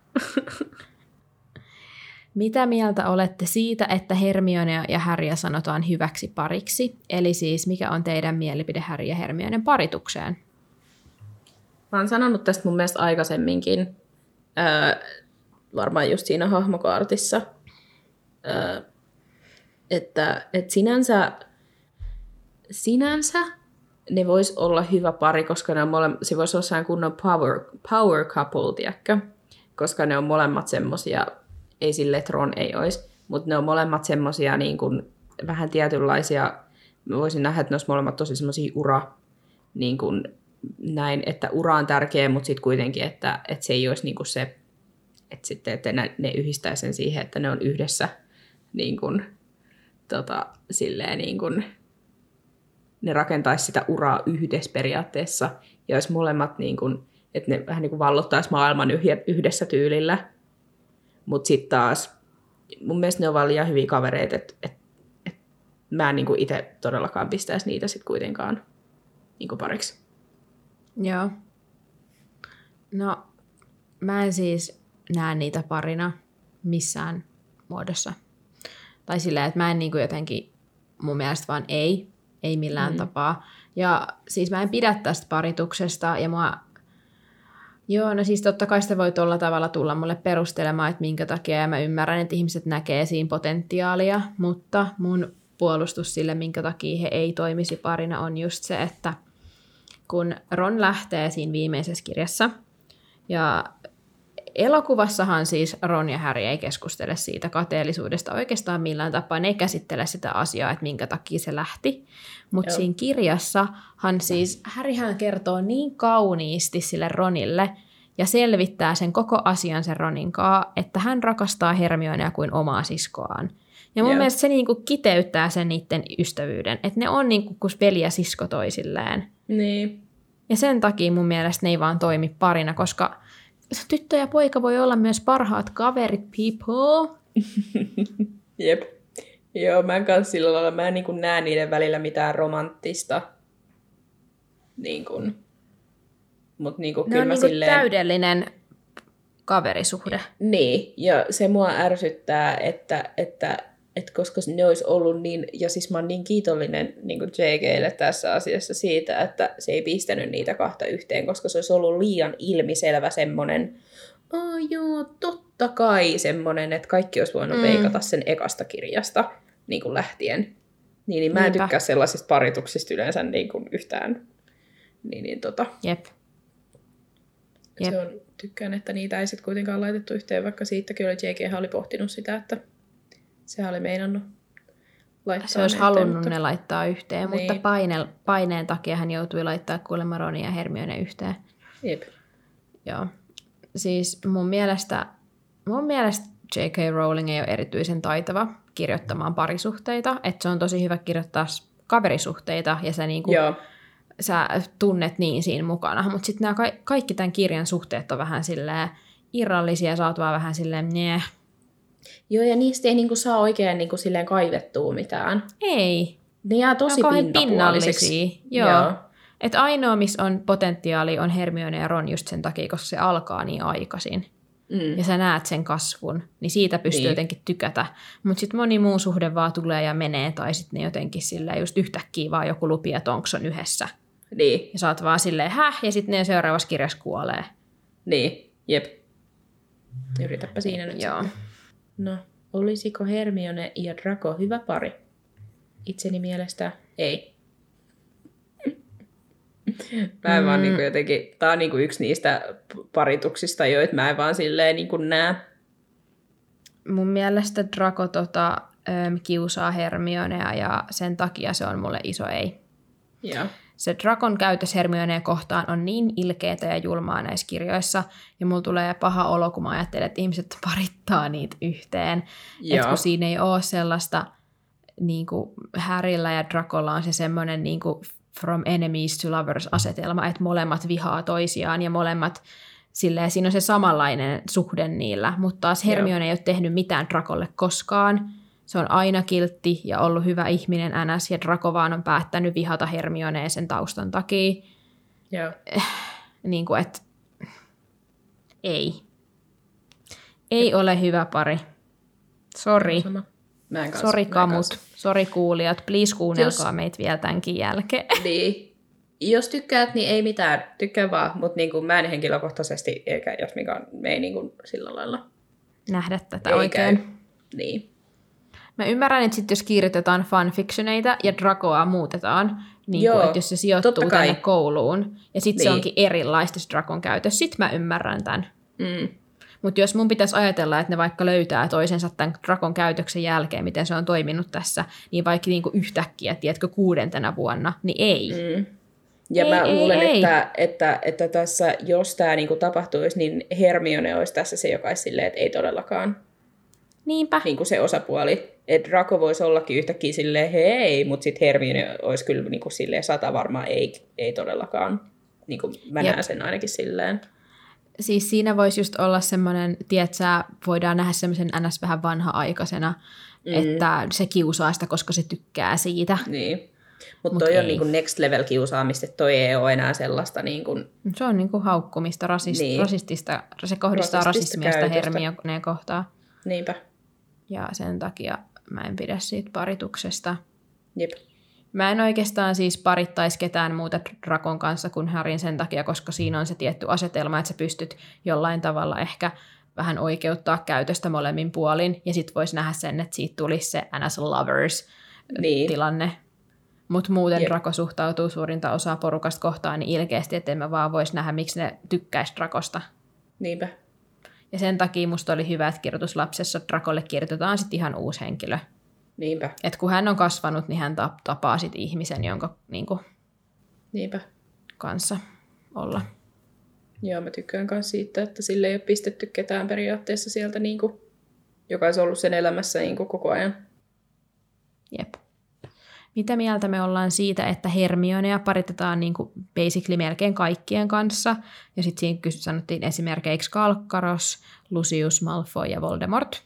Mitä mieltä olette siitä, että Hermione ja Harryä sanotaan hyväksi pariksi? Eli siis, mikä on teidän mielipide Harry ja Hermionen paritukseen? Mä oon sanonut tästä mun mielestä aikaisemminkin, varmaan just siinä hahmokaartissa, että sinänsä ne vois olla hyvä pari, koska se voisi olla sellainen kunnon power couple, tiedätkö? Koska ne on molemmat semmosia, ei sille, että Ron ei olisi, mutta ne on molemmat semmosia niin kuin vähän tietynlaisia, mä voisin nähdä, että ne olisi molemmat tosi semmosia niin kuin näin, että ura on tärkeä, mutta sitten kuitenkin, että se ei olisi niin kuin se, että sitten että ne yhdistää sen siihen, että ne on yhdessä niin kuin, silleen niin kuin, ne rakentaisi sitä uraa yhdessä periaatteessa, ja olisi molemmat, niin kuin, että ne vähän niin kuin vallottaisi maailman yhdessä tyylillä. Mutta sitten taas, mun mielestä ne on vaan liian hyviä kavereita, että mä en niin kuin itse todellakaan pistäisi niitä sitten kuitenkaan niin kuin pariksi. Joo. No, mä en siis näe niitä parina missään muodossa. Tai silleen, että mä en niin kuin jotenkin, mun mielestä vaan ei millään tapaa. Ja siis mä en pidä tästä parituksesta, ja joo, no siis totta kai sitä voi tuolla tavalla tulla mulle perustelemaan, että minkä takia, ja mä ymmärrän, että ihmiset näkee siinä potentiaalia, mutta mun puolustus sille, minkä takia he ei toimisi parina, on just se, että kun Ron lähtee siinä viimeisessä kirjassa, ja elokuvassahan siis Ron ja Harry ei keskustele siitä kateellisuudesta oikeastaan millään tapaa, ne ei käsittele sitä asiaa, että minkä takia se lähti, mutta siinä kirjassahan siis Harryhän kertoo niin kauniisti sille Ronille ja selvittää sen koko asian sen Ronin kanssa, että hän rakastaa Hermionea kuin omaa siskoaan. Ja mun mielestä se niinku kiteyttää sen niiden ystävyyden, että ne on niinku kuin veli ja sisko toisilleen. Niin. Ja sen takia mun mielestä ne ei vaan toimi parina, koska tyttö ja poika voi olla myös parhaat kaverit, people. Jep. Joo, mä kanssa sillä lailla, mä en niin kuin näe niiden välillä mitään romanttista. Niin kuin. Mut niin kuin, ne kyllä on mä niin kuin silleen täydellinen kaverisuhde. Niin, ja se mua ärsyttää, että koska ne olisi ollut niin, ja siis mä oon niin kiitollinen niin kuin JK:lle tässä asiassa siitä, että se ei pistänyt niitä kahta yhteen, koska se olisi ollut liian ilmiselvä semmoinen, joo, totta kai semmoinen, että kaikki olisi voinut veikata sen ekasta kirjasta niin kuin lähtien. Niin mä en tykkää sellaisista parituksista yleensä niin kuin yhtään. Jep. Se on, tykkään, että niitä ei sitten kuitenkaan laitettu yhteen, vaikka siitäkin oli JK oli pohtinut sitä, että sehän oli meinannut laittaa se olisi halunnut ne laittaa yhteen, niin. mutta paineen takia hän joutui laittaa kuulemma Ronin ja Hermione yhteen. Jep. Joo. Siis mun mielestä J.K. Rowling ei ole erityisen taitava kirjoittamaan parisuhteita, että se on tosi hyvä kirjoittaa kaverisuhteita ja se niinku, sä tunnet niin siinä mukana, mutta sitten nämä kaikki tämän kirjan suhteet on vähän silleen irrallisia, sä oot vaan vähän silleen Joo, ja niistä ei niinku saa oikein niinku silleen kaivettua mitään. Ei. Ne jää tosi pinnapuolisiksi. Joo. Että ainoa, missä on potentiaali, on Hermione ja Ron just sen takia, koska se alkaa niin aikaisin. Ja sä näet sen kasvun, niin siitä pystyy jotenkin tykätä. Mutta sitten moni muu suhde vaan tulee ja menee, tai sitten ne jotenkin silleen just yhtäkkiä vaan joku Lupi ja Tonks on yhdessä. Niin. Ja sä oot vaan silleen, ja sitten ne seuraavassa kirjassa kuolee. Niin, jep. Yritäpä siinä nyt. Joo. No, olisiko Hermione ja Draco hyvä pari? Itseni mielestä ei. Mä en vaan niinku jotenkin, tää on niinku yksi niistä parituksista, joita mä en vaan silleen niinku näe. Mun mielestä Draco kiusaa Hermionea ja sen takia se on mulle iso ei. Joo. Se Dracon käytös Hermionea kohtaan on niin ilkeätä ja julmaa näissä kirjoissa, ja mulla tulee paha olo, kun mä ajattelen, että ihmiset parittaa niitä yhteen. Että kun siinä ei ole sellaista, niin kuin Harryllä ja Dracolla on se semmoinen niin kuin from enemies to lovers -asetelma, että molemmat vihaa toisiaan ja molemmat, silleen, siinä on se samanlainen suhde niillä, mutta taas Hermione ei ole tehnyt mitään Dracolle koskaan. Se on aina kiltti ja ollut hyvä ihminen NS, ja Draco vaan on päättänyt vihata Hermioneen sen taustan takia. Joo. Niin kuin, että ei. Ei ole hyvä pari. Sori. Sori kamut. Sori kuulijat. Please kuunnelkaa meitä vielä tämänkin jälkeen. Niin. Jos tykkäät, niin ei mitään. Tykkää vaan. Mutta niin mä en henkilökohtaisesti, eikä jos mikään, me ei niin kuin sillä lailla nähdä tätä oikein. Käy. Niin. Mä ymmärrän, että sit jos kirjoitetaan fanfictioneita ja Dracoa muutetaan, niin kuin, että jos se sijoittuu tänne kouluun, ja sitten se onkin erilaista Dracon käytös, sit mä ymmärrän tämän. Mutta jos mun pitäisi ajatella, että ne vaikka löytää toisensa tämän Dracon käytöksen jälkeen, miten se on toiminut tässä, niin vaikka niinku yhtäkkiä, tiedätkö, 6. vuonna, niin ei. Ja mä luulen, että tässä, jos tämä niinku tapahtuisi, niin Hermione olisi tässä se, joka olisi silleen, että ei todellakaan. Niinpä. Niin kuin se osapuoli. Että Draco voisi ollakin yhtäkkiä silleen, hei, mutta sitten Hermione olisi kyllä niin kuin silleen 100 varmaan, ei todellakaan. Niin kuin mä näen sen ainakin silleen. Siis siinä voisi just olla semmoinen, tiedätkö, voidaan nähdä semmoisen NS vähän vanha-aikaisena, että se kiusaa sitä, koska se tykkää siitä. Niin. Mutta toi on niin kuin next level kiusaamista, että toi ei ole enää sellaista niin kuin. Se on niin kuin haukkumista, rasistista, se kohdistaa rasismia sitä Hermioneen kohtaan. Niinpä. Ja sen takia mä en pidä siitä parituksesta. Jep. Mä en oikeastaan siis parittaisi ketään muuta Dracon kanssa kuin Harryn sen takia, koska siinä on se tietty asetelma, että sä pystyt jollain tavalla ehkä vähän oikeuttaa käytöstä molemmin puolin, ja sit vois nähdä sen, että siitä tulisi se NS Lovers-tilanne. Mutta muuten Draco suhtautuu suurinta osaa porukasta kohtaan niin ilkeästi, että en mä vaan vois nähdä, miksi ne tykkäisi Dracosta. Niinpä. Ja sen takia musta oli hyvä, että kirjoituslapsessa Dracolle kirjoitetaan sitten ihan uusi henkilö. Niinpä. Että kun hän on kasvanut, niin hän tapaa sitten ihmisen, jonka niinku, Niinpä. kanssa olla. Joo, mä tykkään myös siitä, että sille ei ole pistetty ketään periaatteessa sieltä, niinku, joka olisi ollut sen elämässä niinku, koko ajan. Jep. Mitä mieltä me ollaan siitä, että Hermionea paritetaan niinku basically melkein kaikkien kanssa? Ja sitten siinä sanottiin esimerkiksi Kalkkaros, Lucius Malfoy ja Voldemort.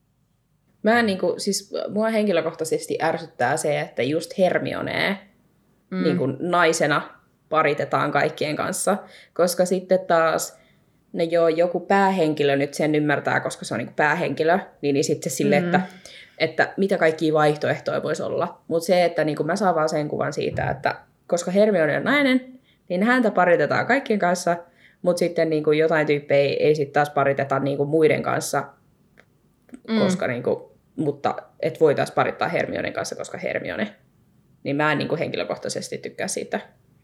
Siis mua henkilökohtaisesti ärsyttää se, että just Hermionea niinku naisena paritetaan kaikkien kanssa, koska sitten taas joku päähenkilö nyt sen ymmärtää, koska se on niinku päähenkilö, niin sitten se silleen, että mitä kaikkia vaihtoehtoja voisi olla. Mutta se, että niinku mä saan vaan sen kuvan siitä, että koska Hermione on nainen, niin häntä paritetaan kaikkien kanssa, mutta sitten niinku jotain tyyppejä ei sitten taas pariteta niinku muiden kanssa, koska niinku, mutta et voitaisiin parittaa Hermionen kanssa, koska Hermione. Niin mä en niinku henkilökohtaisesti tykkää siitä.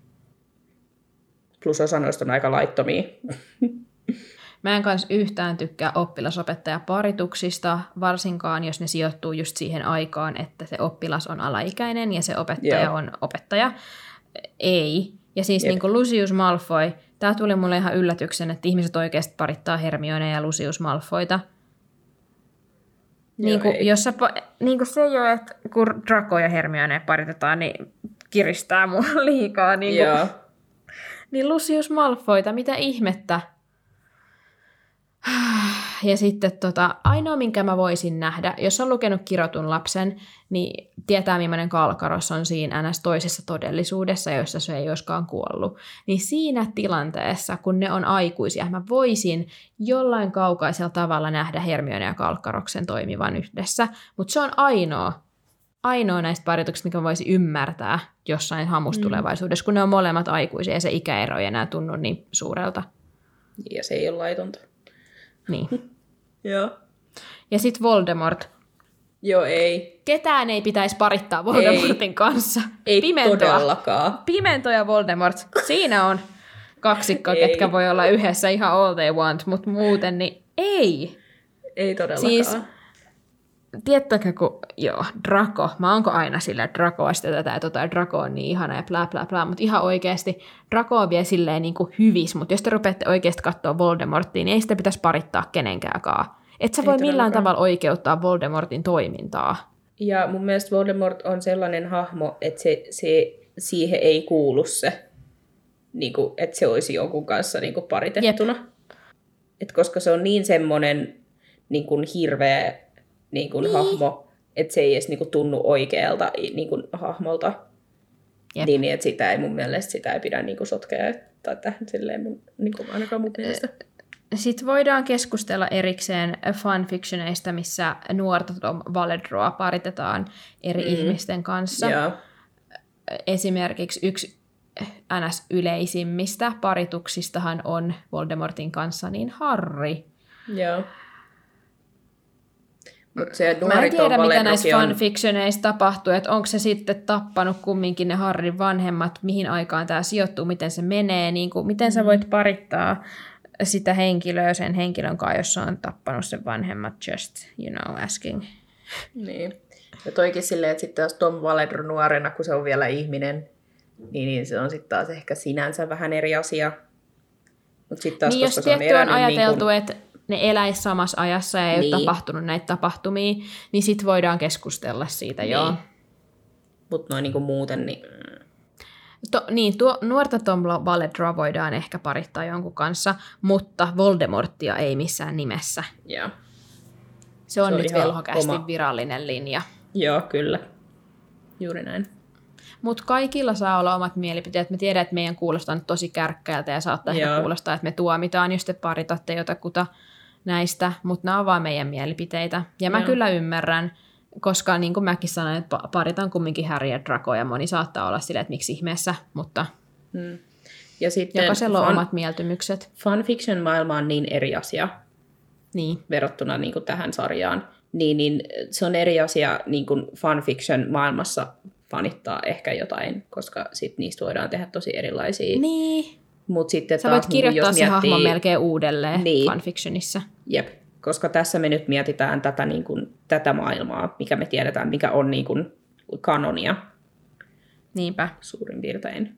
Plus osa noista on aika laittomia. Mä en kanssa yhtään tykkää oppilasopettajaparituksista, varsinkaan jos ne sijoittuu just siihen aikaan, että se oppilas on alaikäinen ja se opettaja on opettaja. Ei. Ja siis niin kuin Lucius Malfoy, tää tuli mulle ihan yllätyksen, että ihmiset oikeasti parittaa Hermionea ja Lucius Malfoyta. Niin kuin se jo, että kun Draco ja Hermione paritetaan, niin kiristää mua liikaa. Niin Lucius Malfoyta, mitä ihmettä? Ja sitten ainoa, minkä mä voisin nähdä, jos on lukenut Kirotun lapsen, niin tietää, millainen Kalkkaros on siinä NS toisessa todellisuudessa, jossa se ei olisikaan kuollut. Niin siinä tilanteessa, kun ne on aikuisia, mä voisin jollain kaukaisella tavalla nähdä Hermione ja Kalkkaroksen toimivan yhdessä, mutta se on ainoa näistä parituksista, mikä mä voisin ymmärtää jossain hamustulevaisuudessa, kun ne on molemmat aikuisia ja se ikäero ei enää tunnu niin suurelta. Ja se ei ole laitonta. Niin. Joo. Ja sitten Voldemort. Joo, ei. Ketään ei pitäisi parittaa Voldemortin kanssa. Ei todellakaan. Pimento ja Voldemort. Siinä on kaksikko, ketkä voi olla yhdessä ihan all they want, mutta muuten niin ei. Ei todellakaan. Siis, tiedättekö, kun Draco, mä oonko aina sillä, että Draco on sitä tätä ja Draco on niin ihana ja bla bla bla, mutta ihan oikeasti Draco on vielä silleen niin kuin hyvis, mutta jos te rupeatte oikeasti katsoa Voldemorttia, niin ei sitä pitäisi parittaa kenenkääkaan. Et sä voi millään tavalla oikeuttaa Voldemortin toimintaa. Ja mun mielestä Voldemort on sellainen hahmo, että siihen ei kuulu se, niin kuin, että se olisi jonkun kanssa niin kuin paritettuna. Et koska se on niin semmoinen niin kuin hirveä niin kuin hahmo, että se ei edes niin kuin tunnu oikealta niin kuin hahmolta. Niin, että sitä ei mun mielestä sitä ei pidä niin kuin sotkea tai tähän silleen niin kuin ainakaan mun mielestä. Sitten voidaan keskustella erikseen fanfictioneista, missä nuorta Tom Valedroa paritetaan eri ihmisten kanssa. Yeah. Esimerkiksi yksi NS-yleisimmistä parituksistahan on Voldemortin kanssa niin Harry. Joo. Mä en tiedä, mitä näissä fanfictioneissa tapahtuu, että onko se sitten tappanut kumminkin ne Harryn vanhemmat, mihin aikaan tämä sijoittuu, miten se menee, niin kuin, miten sä voit parittaa sitä henkilöä sen henkilön kanssa, jossa on tappanut sen vanhemmat, just, asking. Niin. Ja toikin silleen, että sitten taas Tom Valedro nuorena, kun se on vielä ihminen, niin se on sitten taas ehkä sinänsä vähän eri asia. Mut sit taas, niin, jos tietty on ajateltu, että ne eläisi samassa ajassa ja ei ole tapahtunut näitä tapahtumia, niin sitten voidaan keskustella siitä, joo. Mutta noin niinku muuten, niin... Nuorta Tom Valedroa voidaan ehkä parittaa jonkun kanssa, mutta Voldemorttia ei missään nimessä. Yeah. Se on nyt velhokästi virallinen linja. Joo, kyllä. Juuri näin. Mutta kaikilla saa olla omat mielipiteet. Me tiedän, että meidän kuulostaa nyt tosi kärkkäältä ja saattaa kuulostaa, että me tuomitaan, jos te paritatte jotakuta näistä, mutta nämä on vaan meidän mielipiteitä. Ja mä kyllä ymmärrän, koska niin kuin mäkin sanoin, että paritaan kumminkin Harry ja Draco, ja moni saattaa olla silleen, että miksi ihmeessä, mutta ja sitten jokaisella on omat mieltymykset. Fanfiction-maailma on niin eri asia verrattuna niin kuin tähän sarjaan. Niin se on eri asia niin kuin fanfiction-maailmassa fanittaa ehkä jotain, koska sit niistä voidaan tehdä tosi erilaisia. Niin. Mut sitten sä voit kirjoittaa se hahmon melkein uudelleen fanfictionissa. Jep, koska tässä me nyt mietitään tätä, niin kuin, tätä maailmaa, mikä me tiedetään, mikä on niin kuin kanonia. Niinpä. Suurin piirtein.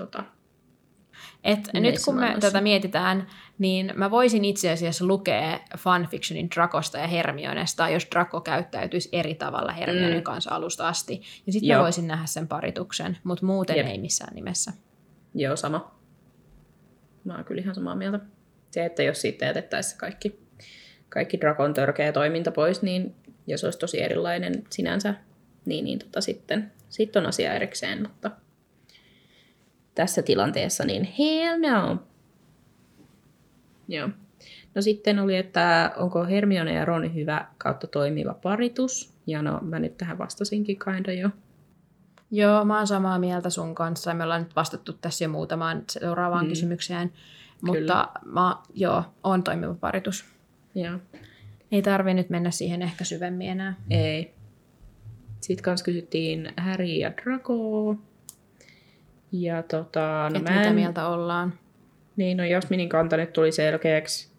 Nyt kun me tätä mietitään, niin mä voisin itse asiassa lukea fanfictionin Dracosta ja Hermionesta, jos Draco käyttäytyisi eri tavalla Hermionen kanssa alusta asti. Ja sitten mä voisin nähdä sen parituksen, mutta muuten ei missään nimessä. Joo, sama. Mä oon kyllä ihan samaa mieltä. Se, että jos siitä jätettäisiin kaikki Dracon törkeä toiminta pois, niin ja se olisi tosi erilainen sinänsä, sitten on asia erikseen, mutta tässä tilanteessa niin hell no. Joo. No sitten oli, että onko Hermione ja Ron hyvä kautta toimiva paritus, ja no mä nyt tähän vastasinkin kinda jo. Joo, mä oon samaa mieltä sun kanssa. Me ollaan nyt vastattu tässä jo muutamaan seuraavaan kysymykseen. Mutta on toimiva paritus. Joo. Ei tarvitse nyt mennä siihen ehkä syvemmin enää. Ei. Sitten kanssa kysyttiin Harry ja Draco. Ja mitä mieltä ollaan? Niin, no Jasminin kanta nyt tuli selkeäksi.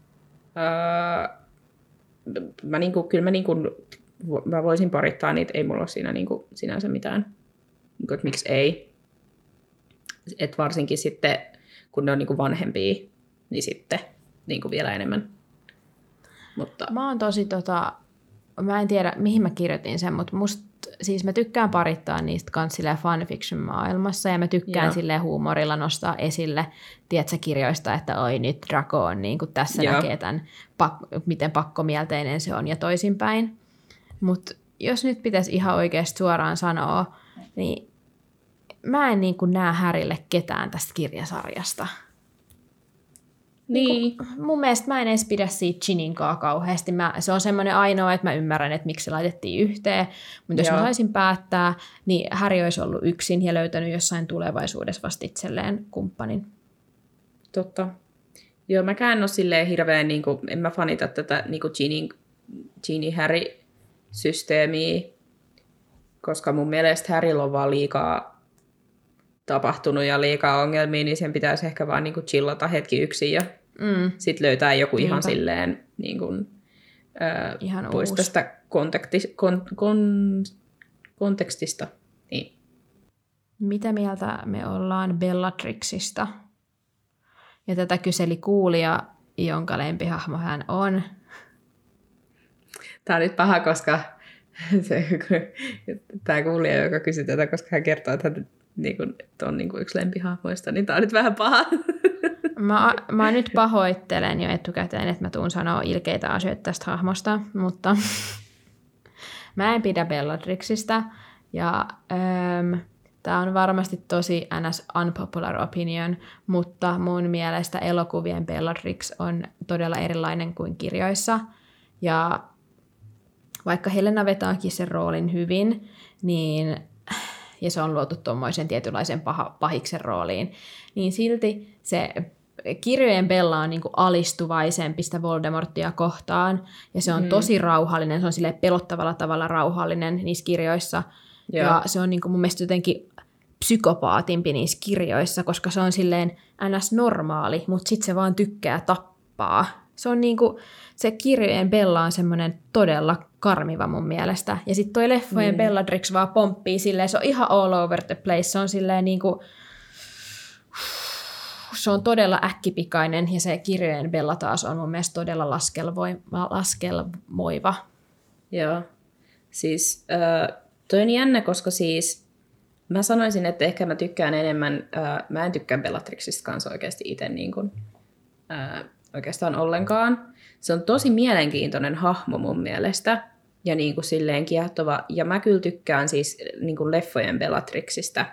Mä voisin parittaa niitä, ei mulla ole siinä sinänsä mitään, että miksi ei. Et varsinkin sitten, kun ne on vanhempia, niin sitten vielä enemmän. Mutta mä oon tosi mä en tiedä mihin mä kirjoitin sen, mutta siis mä tykkään parittaa niistä kans silleen fanfiction-maailmassa, ja mä tykkään silleen huumorilla nostaa esille, tiedätkö, kirjoista, että oi nyt Draco on niin kuin tässä näkee tämän, miten pakkomielteinen se on ja toisinpäin. Mutta jos nyt pitäisi ihan oikeasti suoraan sanoa, niin mä en niin kuin näe Harrylle ketään tästä kirjasarjasta. Niin. Mun mielestä mä en edes pidä siitä Gininkaa kauheasti. Se on semmoinen ainoa, että mä ymmärrän, että miksi se laitettiin yhteen. Mutta jos mä saisin päättää, niin Harry olisi ollut yksin ja löytänyt jossain tulevaisuudessa vasta itselleen kumppanin. Totta. Joo, mäkään en ole silleen hirveän, en mä fanita tätä Ginny Harry systeemiä, koska mun mielestä Harrylla on vaan liikaa tapahtunut ja liikaa ongelmia, niin sen pitäisi ehkä vaan niinku chillata hetki yksin ja sitten löytää joku ihan silleen niinku, ihan pois uusi. tästä kontekstista. Niin. Mitä mieltä me ollaan Bellatrixista? Ja tätä kyseli kuulija, jonka lempihahmo hän on. Tämä on nyt paha, koska tämä kuulija, joka kysyi tätä, koska hän kertoo, että hän on yksi lempihahmoista, niin tämä on nyt vähän paha. Mä nyt pahoittelen jo etukäteen, että mä tuun sanoa ilkeitä asioita tästä hahmosta, mutta mä en pidä Bellatrixista. Ja tämä on varmasti tosi ns. Unpopular opinion, mutta mun mielestä elokuvien Bellatrix on todella erilainen kuin kirjoissa. Ja vaikka Helena vetääkin sen roolin hyvin, niin, ja se on luotu tuommoisen tietynlaisen pahiksen rooliin, niin silti se kirjojen Bella on niinku alistuvaisempi sitä Voldemortia kohtaan, ja se on tosi rauhallinen, se on silleen pelottavalla tavalla rauhallinen niissä kirjoissa, ja se on niinku mun mielestä jotenkin psykopaatimpi niissä kirjoissa, koska se on silleen ns. Normaali, mutta sitten se vaan tykkää tappaa. Se on niinku, se kirjojen Bella on semmoinen todella karmiva mun mielestä. Ja sitten toi leffojen Bellatrix vaan pomppii silleen, se on ihan all over the place. Se on silleen niinku, se on todella äkkipikainen ja se kirjojen Bella taas on mun mielestä todella laskelmoiva. Joo. Siis toi on jännä, koska siis mä sanoisin, että ehkä mä tykkään enemmän, mä en tykkää Bellatrixista kanssa oikeasti itse niin kuin, oikeastaan ollenkaan. Se on tosi mielenkiintoinen hahmo mun mielestä ja niin kuin silleen kiehtova. Ja mä kyllä tykkään siis niin kuin leffojen Bellatrixista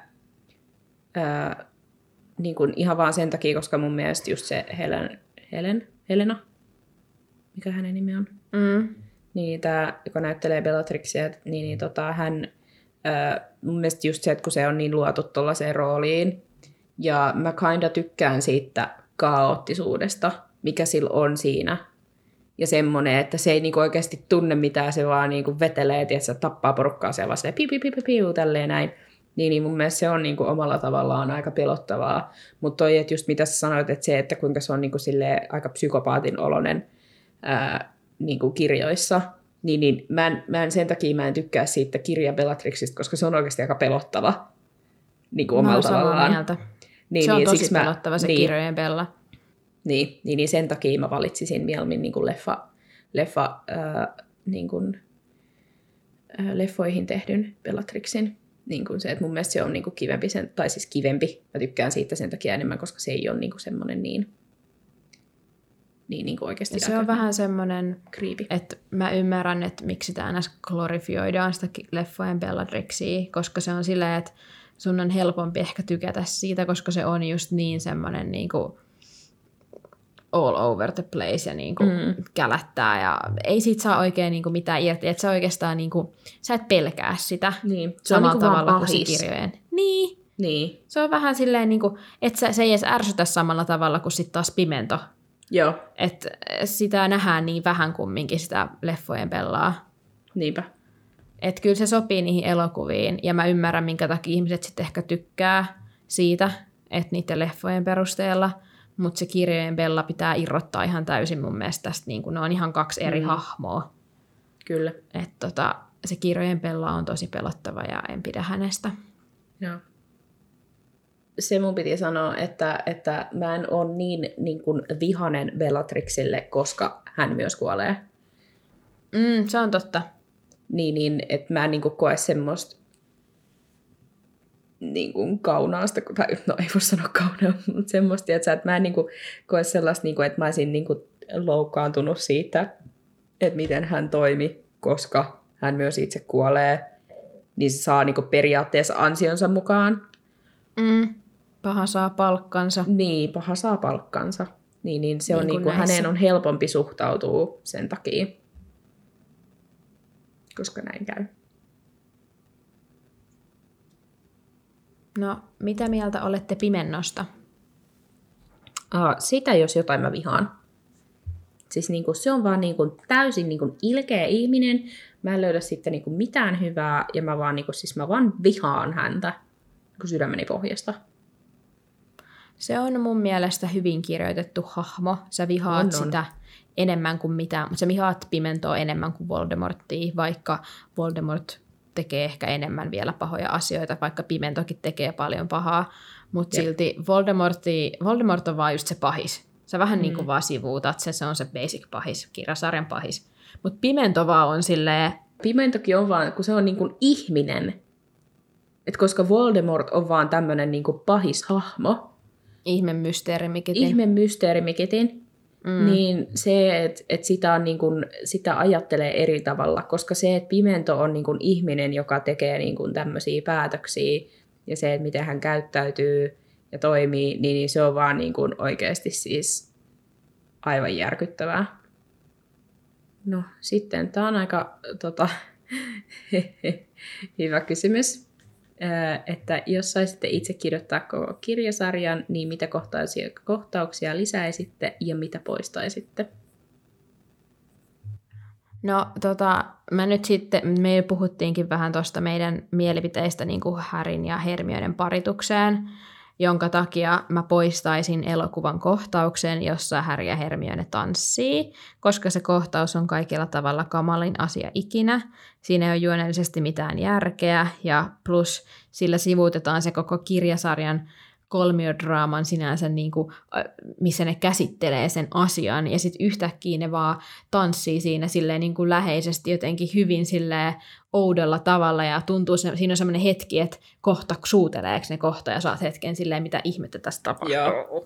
niin kuin ihan vaan sen takia, koska mun mielestä just se Helena, mikä hänen nimi on? Niin tää, joka näyttelee Bellatrixia, niin hän mun mielestä just se, että kun se on niin luotu tollaiseen rooliin, ja mä kinda tykkään siitä kaoottisuudesta, mikä sillä on siinä. Ja semmonen, että se ei niinku oikeasti tunne mitään, se vaan niinku vetelee, tietsä, tappaa porukkaa siellä vaan piu, tälleen näin. Niin mun mielestä se on niinku omalla tavallaan aika pelottavaa. Mutta toi, että just mitä sä sanoit, että se, että kuinka se on niinku aika psykopaatin oloinen niinku kirjoissa, niin mä en sen takia mä en tykkää siitä kirja Bellatrixista, koska se on oikeasti aika pelottava niinku omalla tavallaan. Mieltä. Se on tosi pelottava se kirjojen Bella. Niin sen takia mä valitsisin mieluummin niin kuin leffoihin tehdyn Bellatrixin. Niin kuin se, että mun mielestä se on niin kuin kivempi, tai siis kivempi. Mä tykkään siitä sen takia enemmän, koska se ei ole niin kuin semmoinen niin kuin oikeasti se on vähän semmoinen, creepy. että mä ymmärrän, että miksi sitä aina glorifioidaan sitä leffojen Bellatrixia, koska se on silleen, että sun on helpompi ehkä tykätä siitä, koska se on just niin semmoinen niin kuin all over the place ja niin kuin kälättää ja ei siitä saa oikein niin kuin mitään irti, että sä oikeastaan niin kuin, sä et pelkää sitä samalla tavalla kuin se kirjojen. Niin. Se on vähän silleen, niin kuin, että se ei edes ärsytä samalla tavalla kuin sitten taas Pimento. Joo. Että sitä nähdään niin vähän kumminkin sitä leffojen Bellaa. Niinpä. Että kyllä se sopii niihin elokuviin ja mä ymmärrän, minkä takia ihmiset sitten ehkä tykkää siitä, että niiden leffojen perusteella. Mutta se kirjojen Bella pitää irrottaa ihan täysin mun mielestä tästä, niin kun ne on ihan kaksi eri hahmoa. Kyllä. Että se kirjojen Bella on tosi pelottava ja en pidä hänestä. Joo. Se mun piti sanoa, että mä en ole niin kuin vihanen Bellatrixille, koska hän myös kuolee. Se on totta. Niin että mä en niin kuin koe semmoista niin kuin kaunausta, tai no ei voi sanoa kaunaa, mutta semmoista, että mä en niin kuin koe sellaista, niin kuin, että mä olisin niin kuin loukkaantunut siitä, että miten hän toimi, koska hän myös itse kuolee, niin se saa niin kuin periaatteessa ansionsa mukaan. Paha saa palkkansa. Niin, paha saa palkkansa. Niin se on niin kuin hänen on helpompi suhtautua sen takia, koska näin käy. No, mitä mieltä olette Pimennosta? Sitä jos jotain mä vihaan. Siis niinku, se on vaan niinku, täysin niinku, ilkeä ihminen, mä en löydä sitten niinku mitään hyvää, ja mä vaan, niinku, siis mä vaan vihaan häntä niinku sydämeni pohjasta. Se on mun mielestä hyvin kirjoitettu hahmo. Sä vihaat sitä enemmän kuin mitään, mutta sä vihaat Pimentoa enemmän kuin Voldemorttia, vaikka Voldemort tekee ehkä enemmän vielä pahoja asioita, vaikka Pimentokin tekee paljon pahaa. Mutta silti Voldemort on vaan just se pahis. Sä vähän niin kuin vaan sivuutat se on se basic pahis, kirjasarjan pahis. Mutta Pimento vaan on silleen... Pimentokin on vaan, kun se on niin kuin ihminen. Et koska Voldemort on vaan tämmönen niin kuin pahis hahmo. Ihme-mysteerimikitin. Niin se, että sitä, on niin kuin, sitä ajattelee eri tavalla. Koska se, että Pimento on niin kuin ihminen, joka tekee niin kuin tämmöisiä päätöksiä, ja se, että miten hän käyttäytyy ja toimii, niin se on vaan niin kuin oikeasti siis aivan järkyttävää. No sitten, tämä on aika hyvä kysymys, että jos saisitte itse kirjoittaa koko kirjasarjan, niin mitä kohtauksia lisäisitte ja mitä poistaisitte? No mä nyt sitten, me puhuttiinkin vähän tuosta meidän mielipiteistä niin kuin Harryn ja Hermionen paritukseen, jonka takia mä poistaisin elokuvan kohtauksen, jossa Harry ja Hermione tanssii, koska se kohtaus on kaikilla tavalla kamalin asia ikinä. Siinä ei ole juonellisesti mitään järkeä, ja plus sillä sivuutetaan se koko kirjasarjan kolmiodraaman sinänsä, niin kuin, missä ne käsittelee sen asian, ja sitten yhtäkkiä ne vaan tanssii siinä silleen, niin kuin läheisesti jotenkin hyvin silleen, oudolla tavalla, ja tuntuu, siinä on semmoinen hetki, että kohta suuteleeko ne kohta, ja saat hetken silleen, mitä ihmettä tässä tapahtuu. Joo.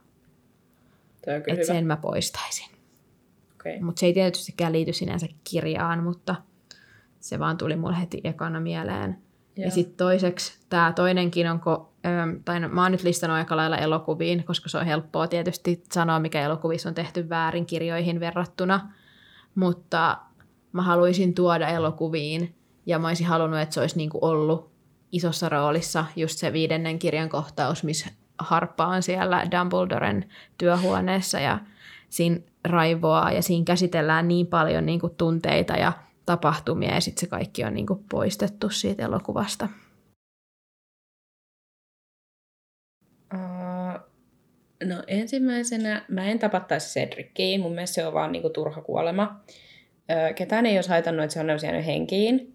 Että sen mä poistaisin. Okay. Mutta se ei tietystikään liity sinänsä kirjaan, mutta se vaan tuli mulle heti ekana mieleen. Ja sitten toiseksi, tämä toinenkin mä oon nyt listannut aika lailla elokuviin, koska se on helppoa tietysti sanoa, mikä elokuvissa on tehty väärin kirjoihin verrattuna, mutta mä haluaisin tuoda elokuviin, ja mä olisin halunnut, että se olisi niinku ollut isossa roolissa just se 5. kirjan kohtaus, missä Harppa on siellä Dumbledoren työhuoneessa, ja siinä raivoaa, ja siinä käsitellään niin paljon niinku tunteita ja tapahtumia, ja sitten se kaikki on niinku poistettu siitä elokuvasta. No ensimmäisenä mä en tapattaisi Cedrickiin, mun mielestä se on vaan niinku turha kuolema. Ketään ei olisi haitannut, että se on jäänyt henkiin.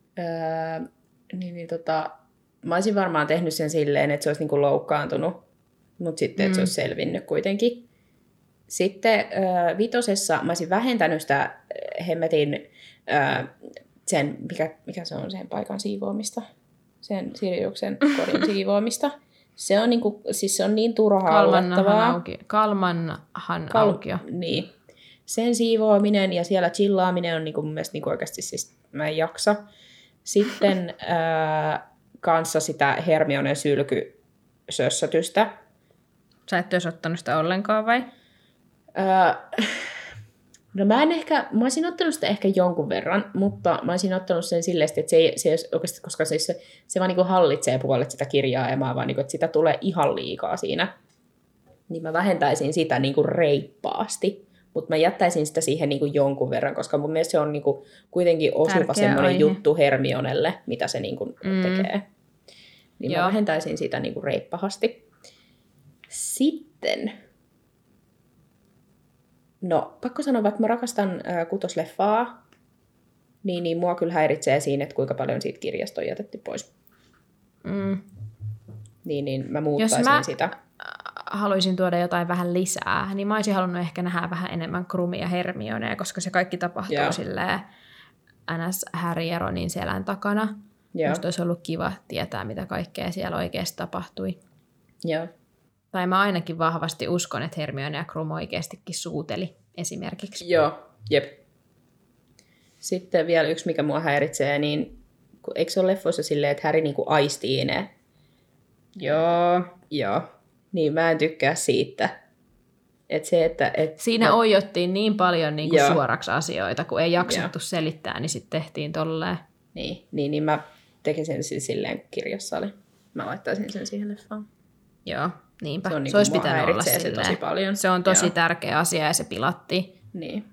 Mä olisin varmaan tehnyt sen silleen, että se olisi niinku loukkaantunut, mutta sitten että se olisi selvinnyt kuitenkin. Sitten 5. mä olisin vähentänyt sitä hemmetin sen, mikä se on sen paikan siivoamista, sen Siriuksen kodin siivoamista. Se on, niinku, siis se on niin turhaa olettavaa. Kalmanhan aukio. Niin. Sen siivoaminen ja siellä chillaaminen on niinku mun mielestä niinku oikeasti, siis mä en jaksa. Sitten kanssa sitä Hermionen sylkysössötystä. Sä et olisi ottanut sitä ollenkaan vai? No mä olisin ottanut sitä ehkä jonkun verran, mutta mä olisin ottanut sen silleen, että se ei oikeasti, koska se vaan niin kuin hallitsee puolet sitä kirjaa, ja mä vaan, niin kuin, että sitä tulee ihan liikaa siinä. Niin mä vähentäisin sitä niin kuin reippaasti, mutta mä jättäisin sitä siihen niin kuin jonkun verran, koska mun mielestä se on niin kuin kuitenkin osuva semmoinen juttu Hermionelle, mitä se niin kuin tekee. Niin mä vähentäisin sitä niin kuin reippahasti. Sitten... No, pakko sanoa, että mä rakastan kutosleffaa, niin mua kyllä häiritsee siinä, että kuinka paljon siitä kirjasta on jätetty pois. Niin mä muuttaisin sitä. Haluaisin tuoda jotain vähän lisää, niin mä olisin halunnut ehkä nähdä vähän enemmän Krumia ja Hermionea, koska se kaikki tapahtuu silleen NS Harry ja Ronin selän takana. Musta olisi ollut kiva tietää, mitä kaikkea siellä oikeasti tapahtui. Joo. Tai mä ainakin vahvasti uskon, että Hermione ja Krum oikeastikin suuteli esimerkiksi. Joo, jep. Sitten vielä yksi, mikä mua häiritsee, niin eikö se ole leffoissa silleen, että Harry niinku aistii ne? Joo. Niin mä en tykkää siitä. Siinä oijottiin niin paljon niinku suoraksi asioita, kun ei jaksettu selittää, niin sitten tehtiin tolleen. Niin mä tekisin sen silleen, kun kirjassa oli. Mä laittaisin sen siihen leffaan. Joo. Niinpä, se, se olisi pitänyt olla silleen. Tosi paljon. Se on tosi tärkeä asia ja se pilattiin. Niin.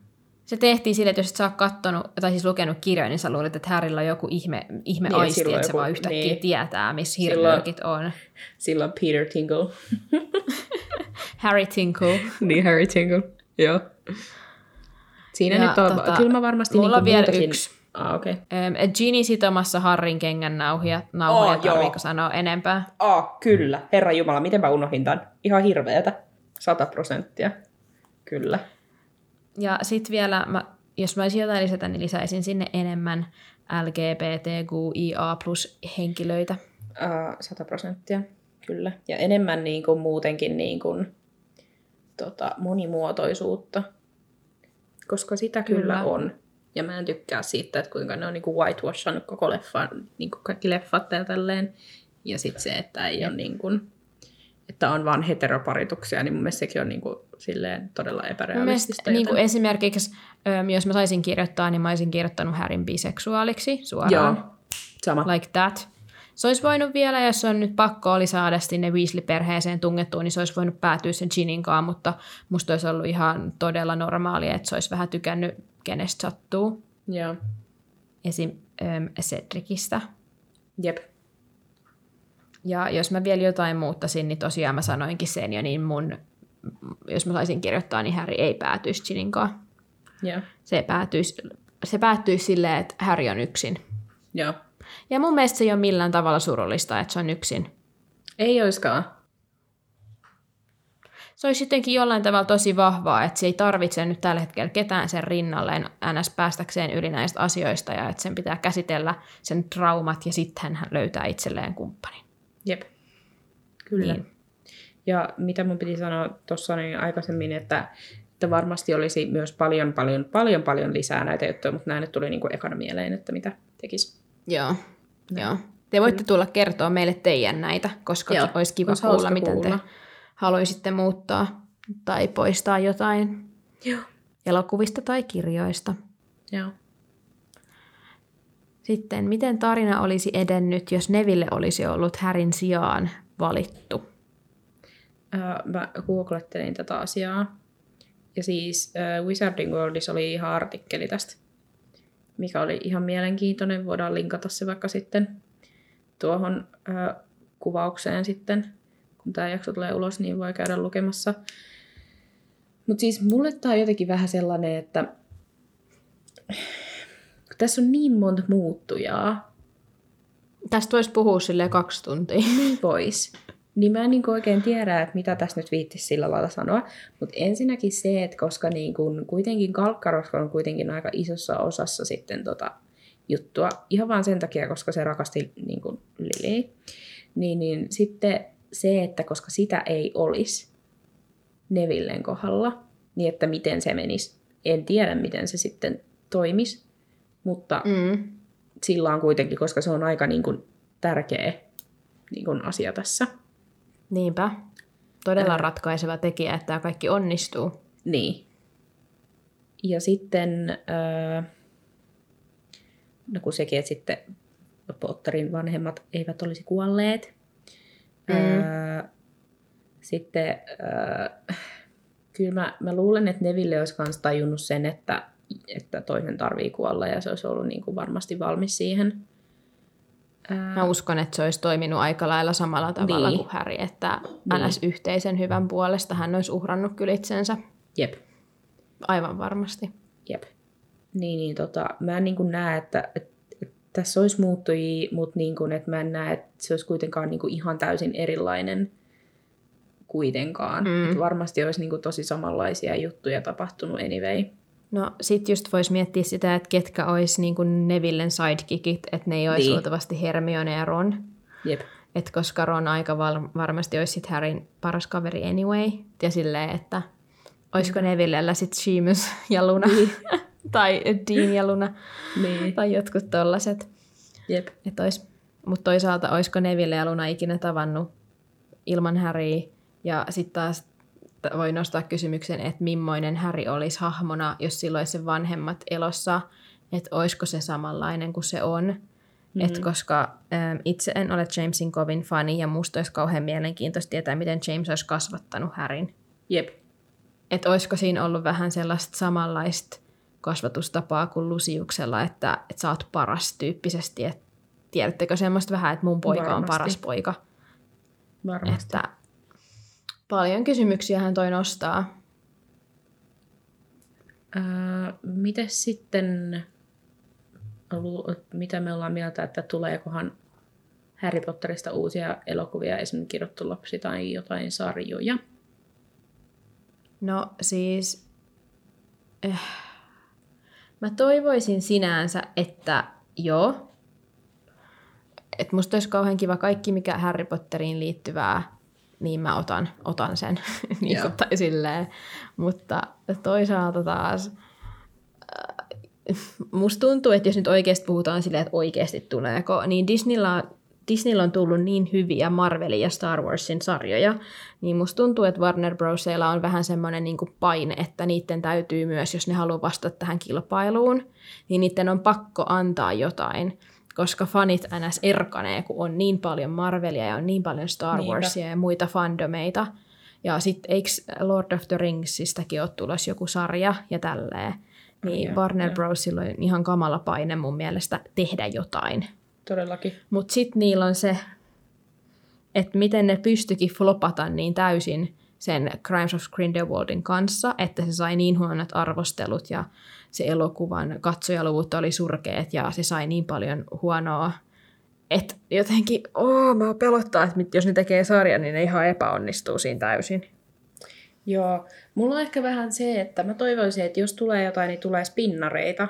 Se tehtiin silleen, että jos et sä oot kattonut, tai siis lukenut kirjoja, niin sä luulet, että Harrylla on joku ihme Niin, aisti, silloin että se joku- vaan yhtäkkiä niin. tietää, missä hirnyrkit on. Silloin Peter Tingle. Harry Tinkle. Niin, Harry Tingle. Joo. Siinä Ja nyt on, kyllä mä varmasti mulla on niinku vielä muutakin... yksi. Okei. Ginny sitomassa Harryn kengän nauhoja, joo. tarviiko sanoa enempää? Kyllä. Herra Jumala, miten mä unohdin tämän? Ihan hirveetä. 100%. Kyllä. Ja sitten vielä, jos mä olisin jotain lisätä, niin lisäisin sinne enemmän LGBTQIA plus henkilöitä. 100%. Kyllä. Ja enemmän niin kuin muutenkin niin kuin, monimuotoisuutta. Koska sitä kyllä on. Ja mä en tykkää siitä, että kuinka ne on niin kuin whitewashannut koko leffan, niin kuin kaikki leffat ja tälleen. Ja sitten se, että ei ole niin kuin, että on vaan heteroparituksia, niin mun mielestä sekin on niin kuin, silleen todella epärealistista. Niin kuin esimerkiksi, jos mä saisin kirjoittaa, niin mä olisin kirjoittanut Harryn biseksuaaliksi suoraan. Joo, sama. Like that. Se olisi voinut vielä, jos on nyt pakko oli saada sinne Weasley-perheeseen tungettua, niin se olisi voinut päätyä sen Gininkaan, mutta musta olisi ollut ihan todella normaalia, että se olisi vähän tykännyt kenestä sattuu. Joo. Esim. Cedricistä. Jep. Ja jos mä vielä jotain muuttaisin, niin tosiaan mä sanoinkin sen jo, niin jos mä saisin kirjoittaa, niin Harry ei päätyisi Gininkaan. Joo. Se päättyisi silleen, että Harry on yksin. Joo. Ja mun mielestä se ei ole millään tavalla surullista, että se on yksin. Ei oiskaan. Se olisi jotenkin jollain tavalla tosi vahvaa, että se ei tarvitse nyt tällä hetkellä ketään sen rinnalleen ns. Päästäkseen yli näistä asioista ja että sen pitää käsitellä sen traumat ja sitten hän löytää itselleen kumppanin. Jep. Kyllä. Niin. Ja mitä mun piti sanoa tuossa niin aikaisemmin, että varmasti olisi myös paljon lisää näitä juttuja, mutta nämä nyt tuli niin kuin ekana mieleen, että mitä tekisi. Joo. Te voitte tulla kertoa meille teidän näitä, koska olisi kiva kuulla, miten te haluaisitte muuttaa tai poistaa jotain elokuvista tai kirjoista. Joo. Sitten, miten tarina olisi edennyt, jos Neville olisi ollut Harryn sijaan valittu? Mä googlettelin tätä asiaa. Ja siis Wizarding Worldissa oli ihan artikkeli tästä, mikä oli ihan mielenkiintoinen. Voidaan linkata se vaikka sitten tuohon kuvaukseen sitten. Kun tämä jakso tulee ulos, niin voi käydä lukemassa. Mutta siis mulle tää on jotenkin vähän sellainen, että tässä on niin monta muuttujaa. Tästä voisi puhua silleen 2 tuntia. Niin vois. Niin mä en niin oikein tiedä, että mitä tässä nyt viittisi sillä lailla sanoa. Mutta ensinnäkin se, että koska niin kun kuitenkin Kalkkaroska on kuitenkin aika isossa osassa sitten juttua. Ihan vaan sen takia, koska se rakasti niin kun Lilyä. Niin sitten se, että koska sitä ei olisi Nevillen kohdalla, niin että miten se menisi. En tiedä, miten se sitten toimisi. Mutta sillä on kuitenkin, koska se on aika niin kun tärkeä niin kun asia tässä. Niinpä. Todella ratkaiseva tekijä, että tämä kaikki onnistuu. Niin. Ja sitten, no kun sekin, että sitten Potterin vanhemmat eivät olisi kuolleet. Sitten kyllä mä luulen, että Neville olisi myös tajunnut sen, että toisen tarvii kuolla ja se olisi ollut niin kuin varmasti valmis siihen. Mä uskon, että se olisi toiminut aika lailla samalla tavalla kuin Harry, että ns. Yhteisen hyvän puolesta hän olisi uhrannut kyllä itsensä. Jep. Aivan varmasti. Jep. Mä en niin kuin näe, että tässä olisi muuttujia, mutta niin kuin, että mä en näe, että se olisi kuitenkaan niin kuin ihan täysin erilainen kuitenkaan. Että varmasti olisi niin kuin tosi samanlaisia juttuja tapahtunut anyway. No sit just voisi miettiä sitä, että ketkä olisi niin kuin Nevillen sidekickit, että ne ei olisi luultavasti Hermione ja Ron. Jep. Et koska Ron aika varmasti olisi sit Harryn paras kaveri anyway. Ja silleen, että olisiko Nevillellä sit Seamus ja Luna. Tai Dean ja Luna. Tai jotkut tollaset. Jep. Mutta toisaalta olisiko Neville ja Luna ikinä tavannut ilman Harryä. Ja sitten taas voi nostaa kysymyksen, että millainen Harry olisi hahmona, jos silloin olisi se vanhemmat elossa, että olisiko se samanlainen kuin se on. Et koska itse en ole Jamesin kovin fani ja musta olisi kauhean mielenkiintoista tietää, miten James olisi kasvattanut Harryn. Jep. Että olisiko siinä ollut vähän sellaista samanlaista kasvatustapaa kuin Luciuksella, että sä oot paras tyyppisesti. Et tiedättekö semmoista vähän, että mun poika Varmasti. on paras poika? Varmasti. Että paljon kysymyksiä hän toi nostaa. Mites sitten, mitä me ollaan mieltä, että tuleekohan Harry Potterista uusia elokuvia, esimerkiksi Kirjoittu lapsi tai jotain sarjoja? No siis, mä toivoisin sinänsä, että joo. Että musta olisi kauhean kiva kaikki, mikä Harry Potteriin liittyvää, niin mä otan sen. niin kuin, tai silleen. Mutta toisaalta taas musta tuntuu, että jos nyt oikeasti puhutaan silleen, että oikeasti tuleeko, niin Disneyllä on tullut niin hyviä Marvelin ja Star Warsin sarjoja, niin musta tuntuu, että Warner Brosilla on vähän semmoinen niin kuin paine, että niiden täytyy myös, jos ne haluaa vastata tähän kilpailuun, niin niiden on pakko antaa jotain, koska fanit ns. Erkanee, kun on niin paljon Marvelia ja on niin paljon Star Warsia ja muita fandomeita. Ja sitten eikö Lord of the Ringsistäkin ole tulossa joku sarja ja tälleen. Niin Warner Brosilla on ihan kamala paine mun mielestä tehdä jotain. Todellakin. Mutta sitten niillä on se, että miten ne pystyikin flopata niin täysin sen Crimes of Grindelwaldin kanssa, että se sai niin huonot arvostelut ja se elokuvan katsojaluvut oli surkeat ja se sai niin paljon huonoa, että jotenkin mä pelottaa, että jos ne tekee sarjan, niin ne ihan epäonnistuu siinä täysin. Joo, mulla on ehkä vähän se, että mä toivoisin, että jos tulee jotain, niin tulee spinnareita.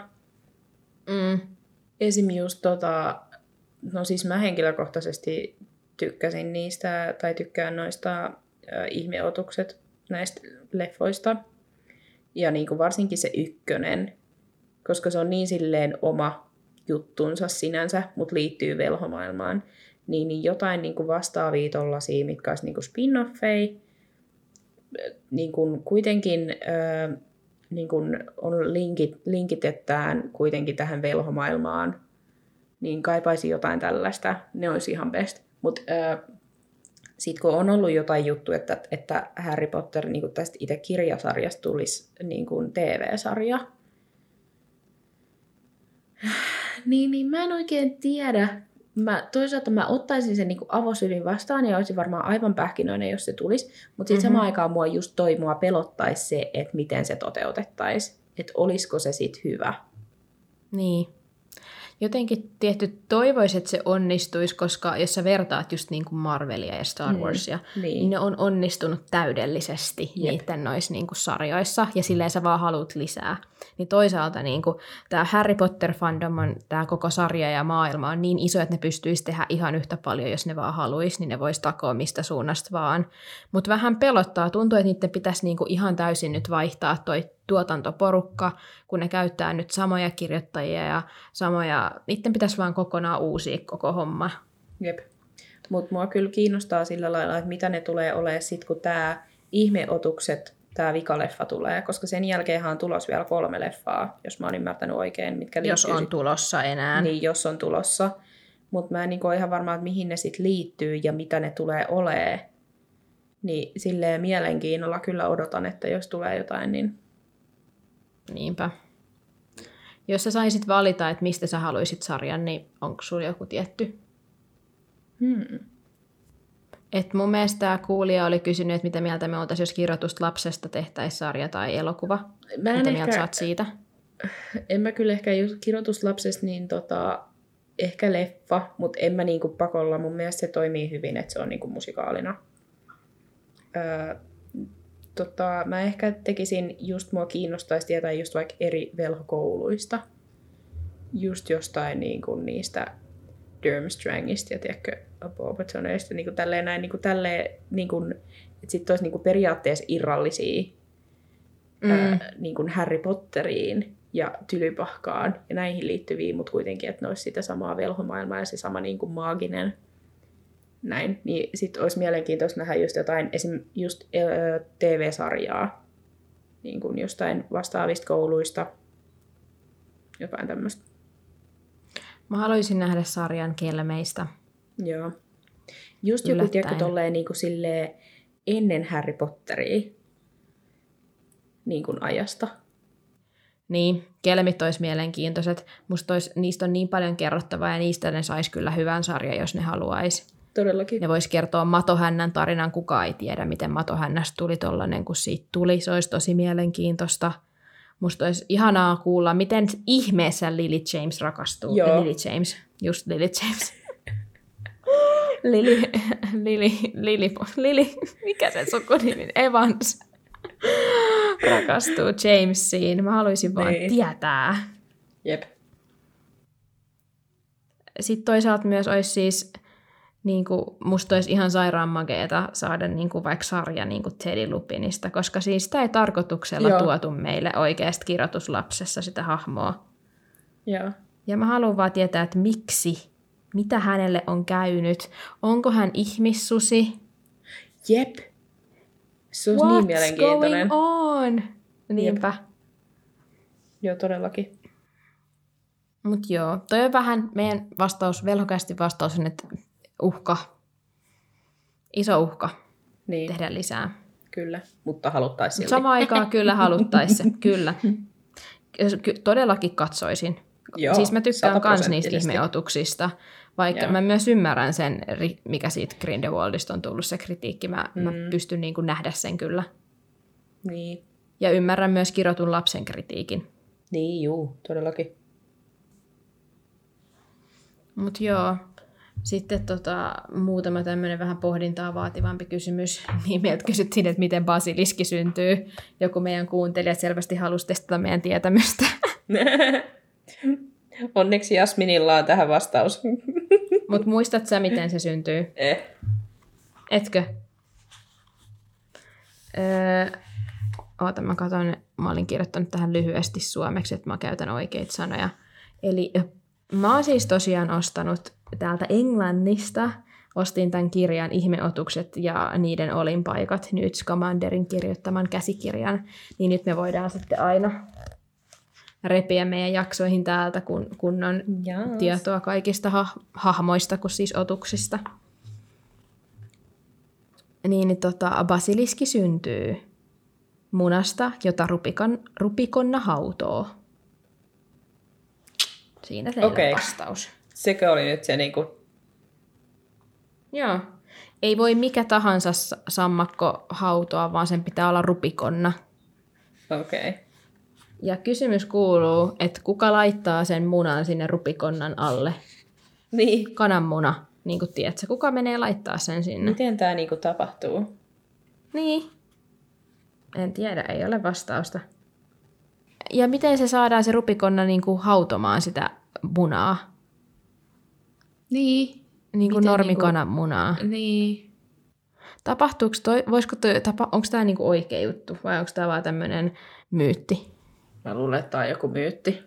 Esim. Just no siis mä henkilökohtaisesti tykkäsin niistä, tai tykkään noista ihmeotukset näistä leffoista. Ja niin kuin varsinkin se ykkönen, koska se on niin silleen oma juttunsa sinänsä, mutta liittyy velhomaailmaan. Niin jotain niin kuin vastaavia tollasia, mitkä olisi niin kuin spin-offeja, niin kuin kuitenkin niin kuin on linkitetään kuitenkin tähän velhomaailmaan, niin kaipaisi jotain tällaista, ne olisi ihan best. Mutta sitten kun on ollut jotain juttu, että Harry Potter niin kuin tästä itse kirjasarjasta tulisi niin kuin TV-sarja, niin mä en oikein tiedä. Toisaalta mä ottaisin sen niin kuin avosylin vastaan ja olisin varmaan aivan pähkinöinen, jos se tulisi. Mutta sitten samaan aikaan mua pelottaisi se, että miten se toteutettaisiin. Että olisiko se sitten hyvä. Niin. Jotenkin tietty toivoisi, että se onnistuisi, koska jos sä vertaat just niin kuin Marvelia ja Star Warsia, niin ne on onnistunut täydellisesti niiden noissa niin kuin sarjoissa, ja silleen sä vaan haluat lisää. Niin toisaalta niin kuin, tämä Harry Potter-fandom on, tämä koko sarja ja maailma on niin iso, että ne pystyisi tehdä ihan yhtä paljon, jos ne vaan haluaisi, niin ne voisi takoa mistä suunnasta vaan. Mutta vähän pelottaa, tuntuu, että niiden pitäisi niin kuin ihan täysin nyt vaihtaa toi tuotantoporukka, kun ne käyttää nyt samoja kirjoittajia ja niiden pitäisi vaan kokonaan uusia koko homma. Jep. Mutta mua kyllä kiinnostaa sillä lailla, että mitä ne tulee olemaan sitten, kun tämä ihmeotukset, tämä vikaleffa tulee, koska sen jälkeenhan on tulossa vielä 3 leffaa, jos mä oon ymmärtänyt oikein, mitkä liittyy. Jos on tulossa enää. Niin, jos on tulossa. Mutta mä en niin ole ihan varma, että mihin ne sitten liittyy ja mitä ne tulee olemaan. Niin silleen mielenkiinnolla kyllä odotan, että jos tulee jotain, niin... Niinpä. Jos sä saisit valita, että mistä sä haluaisit sarjan, niin onko sulla joku tietty? Et mun mielestä tämä kuulija oli kysynyt, että mitä mieltä me oltaisiin, jos Kirjoitusta lapsesta tehtäisiin sarja tai elokuva. Mitä mieltä sä oot siitä? En mä kyllä ehkä Kirjoitusta lapsesta, niin ehkä leffa, mutta en mä niinku pakolla. Mun mielestä se toimii hyvin, että se on niinku musikaalina. Mä ehkä tekisin, just mua kiinnostaisi tietää just vaikka eri velhokouluista. Just jostain niinku niistä Durmstrangista ja tiedätkö, Bobbatoneista, niinku tälleen näin, että sitten olisi niinku periaatteessa irrallisia niinku Harry Potteriin ja Tylypahkaan ja näihin liittyviä, mutta kuitenkin, että ne olisi sitä samaa velhomaailmaa ja se sama niinku maaginen näin. Niin sitten olisi mielenkiintoista nähdä just jotain, esim. Just TV-sarjaa, niin kuin jostain vastaavista kouluista, jotain tämmöistä. Mä haluaisin nähdä sarjan Kelmeistä. Joo. Just joku, tiedätkö, tolleen niin kuin silleen ennen Harry Potteria niin kuin ajasta. Niin, kelmit olisi mielenkiintoiset. Musta niistä on niin paljon kerrottavaa ja niistä ne sais kyllä hyvän sarjan, jos ne haluaisi. Todellakin. Ne vois kertoa Matohännän tarinan, kukaan ei tiedä, miten Matohännästä tuli tollainen, kun siitä tuli. Se olisi tosi mielenkiintoista. Musta olisi ihanaa kuulla, miten ihmeessä Lily James rakastuu. Joo. Lily James, just Lily James. Lily, mikä se sukunimi? Evans. Rakastuu Jamesiin. Mä haluaisin vaan tietää. Jep. Sitten toisaalta myös olisi siis, niin kuin, musta olisi ihan sairaan makeeta saada niin kuin vaikka sarja niin kuin Teddy Lupinista, koska siis sitä ei tarkoituksella tuotu meille oikeasti kirjoituslapsessa sitä hahmoa. Joo. Ja mä haluan vaan tietää, että miksi, mitä hänelle on käynyt, onko hän ihmissusi? Jep. Se on niin mielenkiintoinen. What's going on? Niinpä. Jep. Joo, todellakin. Mut joo, toi on vähän meidän vastaus, velhokästi vastaus on, että uhka. Iso uhka Niin, tehdä lisää. kyllä. Mutta haluttaisiin silti. Samaan aikaan kyllä haluttaisiin se, kyllä. Todellakin katsoisin. Joo, Siis mä tykkään kans 100%. niistä ihmeotuksista, vaikka Joo. mä myös ymmärrän sen, mikä siitä Grindelwaldista on tullut se kritiikki. Mä pystyn niin kuin nähdä sen kyllä. Niin. Ja ymmärrän myös kirjoitun lapsen kritiikin. Niin, juu, todellakin. Mut joo, sitten muutama tämmöinen vähän pohdintaa vaativampi kysymys. Niin meiltä kysyttiin, että miten basiliski syntyy. Joku meidän kuuntelijat selvästi halusi testata meidän tietämystä. Onneksi Jasminilla on tähän vastaus. Mut muistat sä, miten se syntyy? Etkö? Oota, mä katson, mä olin kirjoittanut tähän lyhyesti suomeksi, että mä käytän oikeita sanoja. Eli mä oon siis tosiaan ostanut täältä Englannista, ostin tämän kirjan Ihmeotukset ja niiden olinpaikat, Newt Scamanderin kirjoittaman käsikirjan, niin nyt me voidaan sitten aina repiä meidän jaksoihin täältä, kun on tietoa kaikista hahmoista kuin siis otuksista. Niin basiliski syntyy munasta, jota rupikonna hautoo. Siinä teille vastaus. Sekö oli nyt se niinku... Joo. Ei voi mikä tahansa sammakko hautoa, vaan sen pitää olla rupikonna. Okei. Ja kysymys kuuluu, että kuka laittaa sen munan sinne rupikonnan alle? Niin. Kananmuna, niin kuin tiedätkö. Kuka menee laittaa sen sinne? Miten tää niinku tapahtuu? Niin. En tiedä, ei ole vastausta. Ja miten se saadaan se rupikonna niin kuin hautomaan sitä munaa? Niin. Niin kuin normikanan munaa. Niin. Tapahtuuko onko tämä niinku oikea juttu vai onko tämä vaan tämmöinen myytti? Mä luulen, että tää on joku myytti.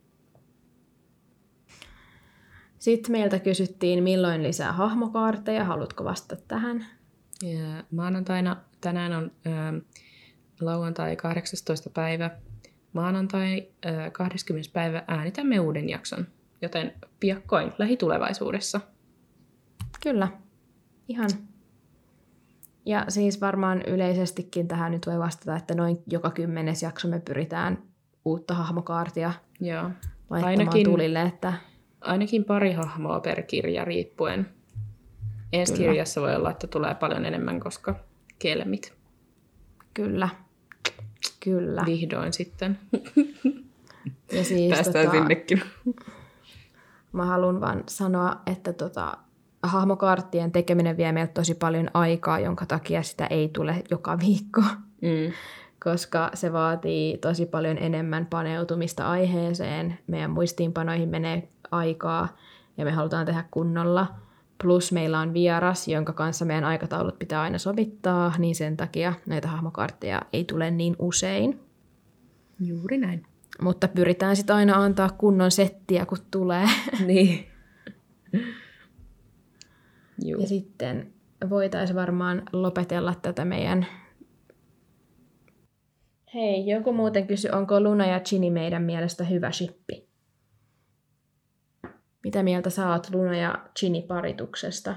Sitten meiltä kysyttiin, milloin lisää hahmokaarteja. Haluatko vastata tähän? Ja maanantaina, tänään on lauantai 18. päivä. Maanantai 20. päivä äänitämme uuden jakson, joten piakkoin lähitulevaisuudessa. Kyllä, ihan. Ja siis varmaan yleisestikin tähän nyt voi vastata, että noin joka 10. jakso me pyritään uutta hahmokaartia laittamaan tulille. Että... Ainakin pari hahmoa per kirja riippuen. Ensi kirjassa voi olla, että tulee paljon enemmän, koska kelmit. Kyllä. Vihdoin sitten. Ja siis, päästään sinnekin. Mä haluan vaan sanoa, että hahmokaarttien tekeminen vie meiltä tosi paljon aikaa, jonka takia sitä ei tule joka viikko. Koska se vaatii tosi paljon enemmän paneutumista aiheeseen. Meidän muistiinpanoihin menee aikaa ja me halutaan tehdä kunnolla. Plus meillä on vieras, jonka kanssa meidän aikataulut pitää aina sovittaa, niin sen takia näitä hahmokaartteja ei tule niin usein. Juuri näin. Mutta pyritään sitten aina antaa kunnon settiä, kun tulee. Niin. Ja sitten voitaisiin varmaan lopetella tätä meidän... Hei, joku muuten kysyi, onko Luna ja Ginny meidän mielestä hyvä shippi? Mitä mieltä sä oot Luna ja Ginny parituksesta?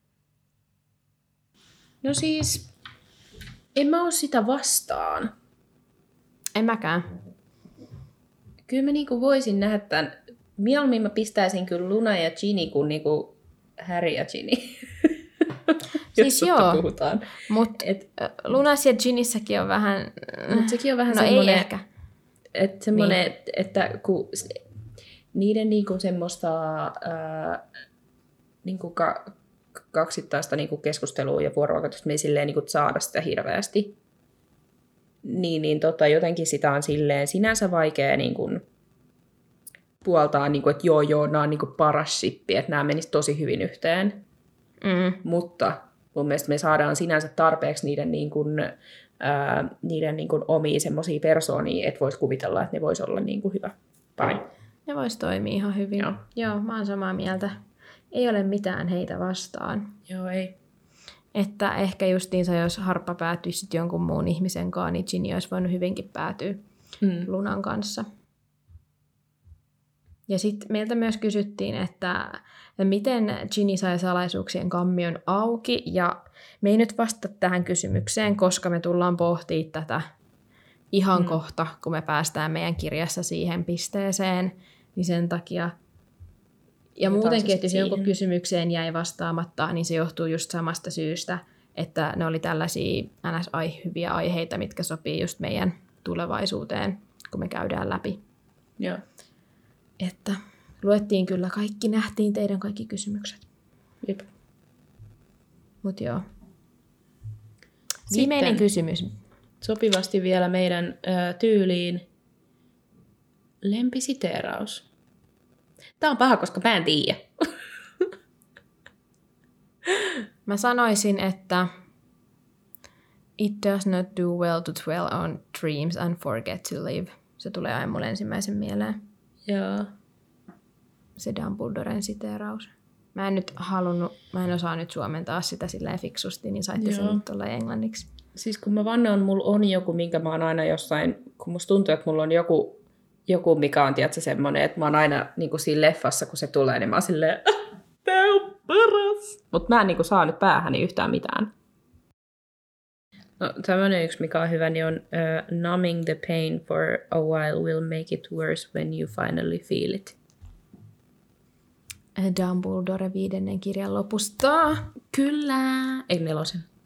No siis, en mä oo sitä vastaan. En mäkään. Kyllä mä niinku voisin nähdä tämän. Mieluummin mä pistäisin kyllä Luna ja Ginny kuin niinku Harry ja Ginny. Siis joo, puhutaan. mutta Lunas ja Ginnyssäkin on vähän... Mutta sekin on vähän no semmoinen... ei ehkä. Että semmoinen, niin. Että kun niiden niinku semmoista niinku kaksittaista niinku keskustelua ja vuorovaikutusta me ei silleen niinku saada sitä hirveästi. Niin jotenkin sitä on silleen sinänsä vaikea niinku puoltaa, niinku, että joo, nämä on niinku paras shippi, että nämä menisivät tosi hyvin yhteen. Mutta mun mielestä me saadaan sinänsä tarpeeksi niiden niinku omia semmoisia persoonia, että voisi kuvitella, että ne voisi olla niinku hyvä pari. Ne voisi toimia ihan hyvin. Joo, mä oon samaa mieltä. Ei ole mitään heitä vastaan. Joo, ei. Että ehkä justiinsa, jos Harppa päätyisi sit jonkun muun ihmisen kanssa, niin Ginny olisi voinut hyvinkin päätyä Lunan kanssa. Ja sitten meiltä myös kysyttiin, että miten Ginny sai salaisuuksien kammion auki, ja me ei nyt vastata tähän kysymykseen, koska me tullaan pohtimaan tätä ihan kohta, kun me päästään meidän kirjassa siihen pisteeseen, niin sen takia. Ja muutenkin, että jos jonkun kysymykseen jäi vastaamatta, niin se johtuu just samasta syystä, että ne oli tällaisia hyviä aiheita, mitkä sopii just meidän tulevaisuuteen, kun me käydään läpi. Joo. Että luettiin kyllä kaikki, nähtiin teidän kaikki kysymykset. Jep. Mut joo. Viimeinen kysymys. Sopivasti vielä meidän tyyliin lempisiteeraus. Tää on paha, koska mä en tiedä. Mä sanoisin, että it does not do well to dwell on dreams and forget to live. Se tulee aina mulle ensimmäisen mieleen. Joo. Se Dumbledoren siteeraus. Mä en osaa nyt suomentaa sitä silleen fiksusti, niin saitte sen nyt olla englanniksi. Siis kun mä vannoin, mulla on joku, minkä mä oon aina jossain, kun musta tuntuu, että mulla on joku mikä on tietysti semmoinen, että mä oon aina niin kuin siinä leffassa, kun se tulee, niin mä oon silleen, tää on paras. Mut mä en niin kuin saa nyt päähäni yhtään mitään. No, tämmönen yksi, mikä on hyvä, niin on numbing the pain for a while will make it worse when you finally feel it. Dumbledore 5. kirjan lopusta. Kyllä. Ei 4.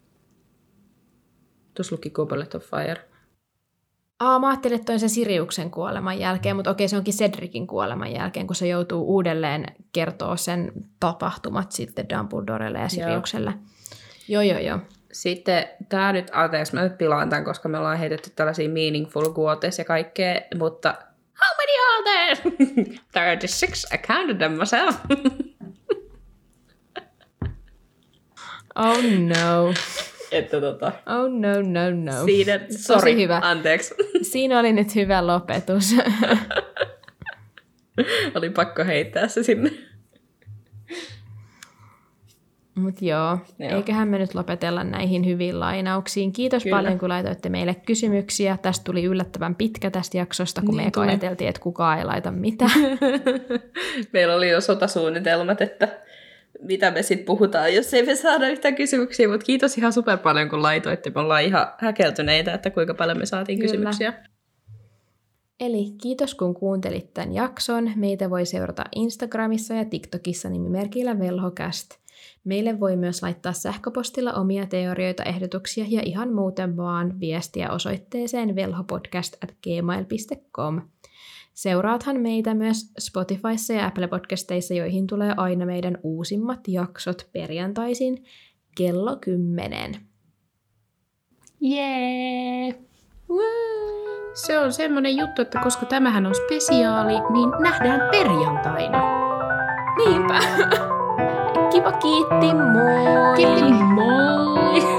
Tuossa luki Goblet of Fire. Mä ajattelin, että on sen Siriuksen kuoleman jälkeen, mutta okei, se onkin Cedricin kuoleman jälkeen, kun se joutuu uudelleen kertoa sen tapahtumat sitten Dumbledorelle ja Siriukselle. Joo. Sitten tää nyt, anteeksi, mä nyt pilaan tämän, koska me ollaan heitetty tällaisia meaningful quotes ja kaikkea, mutta how many are there? 36, I counted them myself. Oh no. Että Oh no. Siinä, tosi hyvä. Anteeksi. Siinä oli nyt hyvä lopetus. Oli pakko heittää se sinne. Mut joo, eiköhän me nyt lopetella näihin hyviin lainauksiin. Kiitos paljon, kun laitoitte meille kysymyksiä. Tästä tuli yllättävän pitkä tästä jaksosta, kun me ajateltiin, että kukaan ei laita mitään. Meillä oli jo sotasuunnitelmat, että mitä me sitten puhutaan, jos ei me saada yhtään kysymyksiä. Mutta kiitos ihan super paljon, kun laitoitte. Me ollaan ihan häkeltyneitä, että kuinka paljon me saatiin kysymyksiä. Eli kiitos, kun kuuntelit tämän jakson. Meitä voi seurata Instagramissa ja TikTokissa nimimerkillä velhocast. Meille voi myös laittaa sähköpostilla omia teorioita, ehdotuksia ja ihan muuten vaan viestiä osoitteeseen velhopodcast@gmail.com. Seuraathan meitä myös Spotifyssa ja Apple Podcasteissa, joihin tulee aina meidän uusimmat jaksot perjantaisin kello 10. Jee! Se on semmoinen juttu, että koska tämähän on spesiaali, niin nähdään perjantaina. Niinpä! Kiva, kiitti, moi! Kiitti, moi!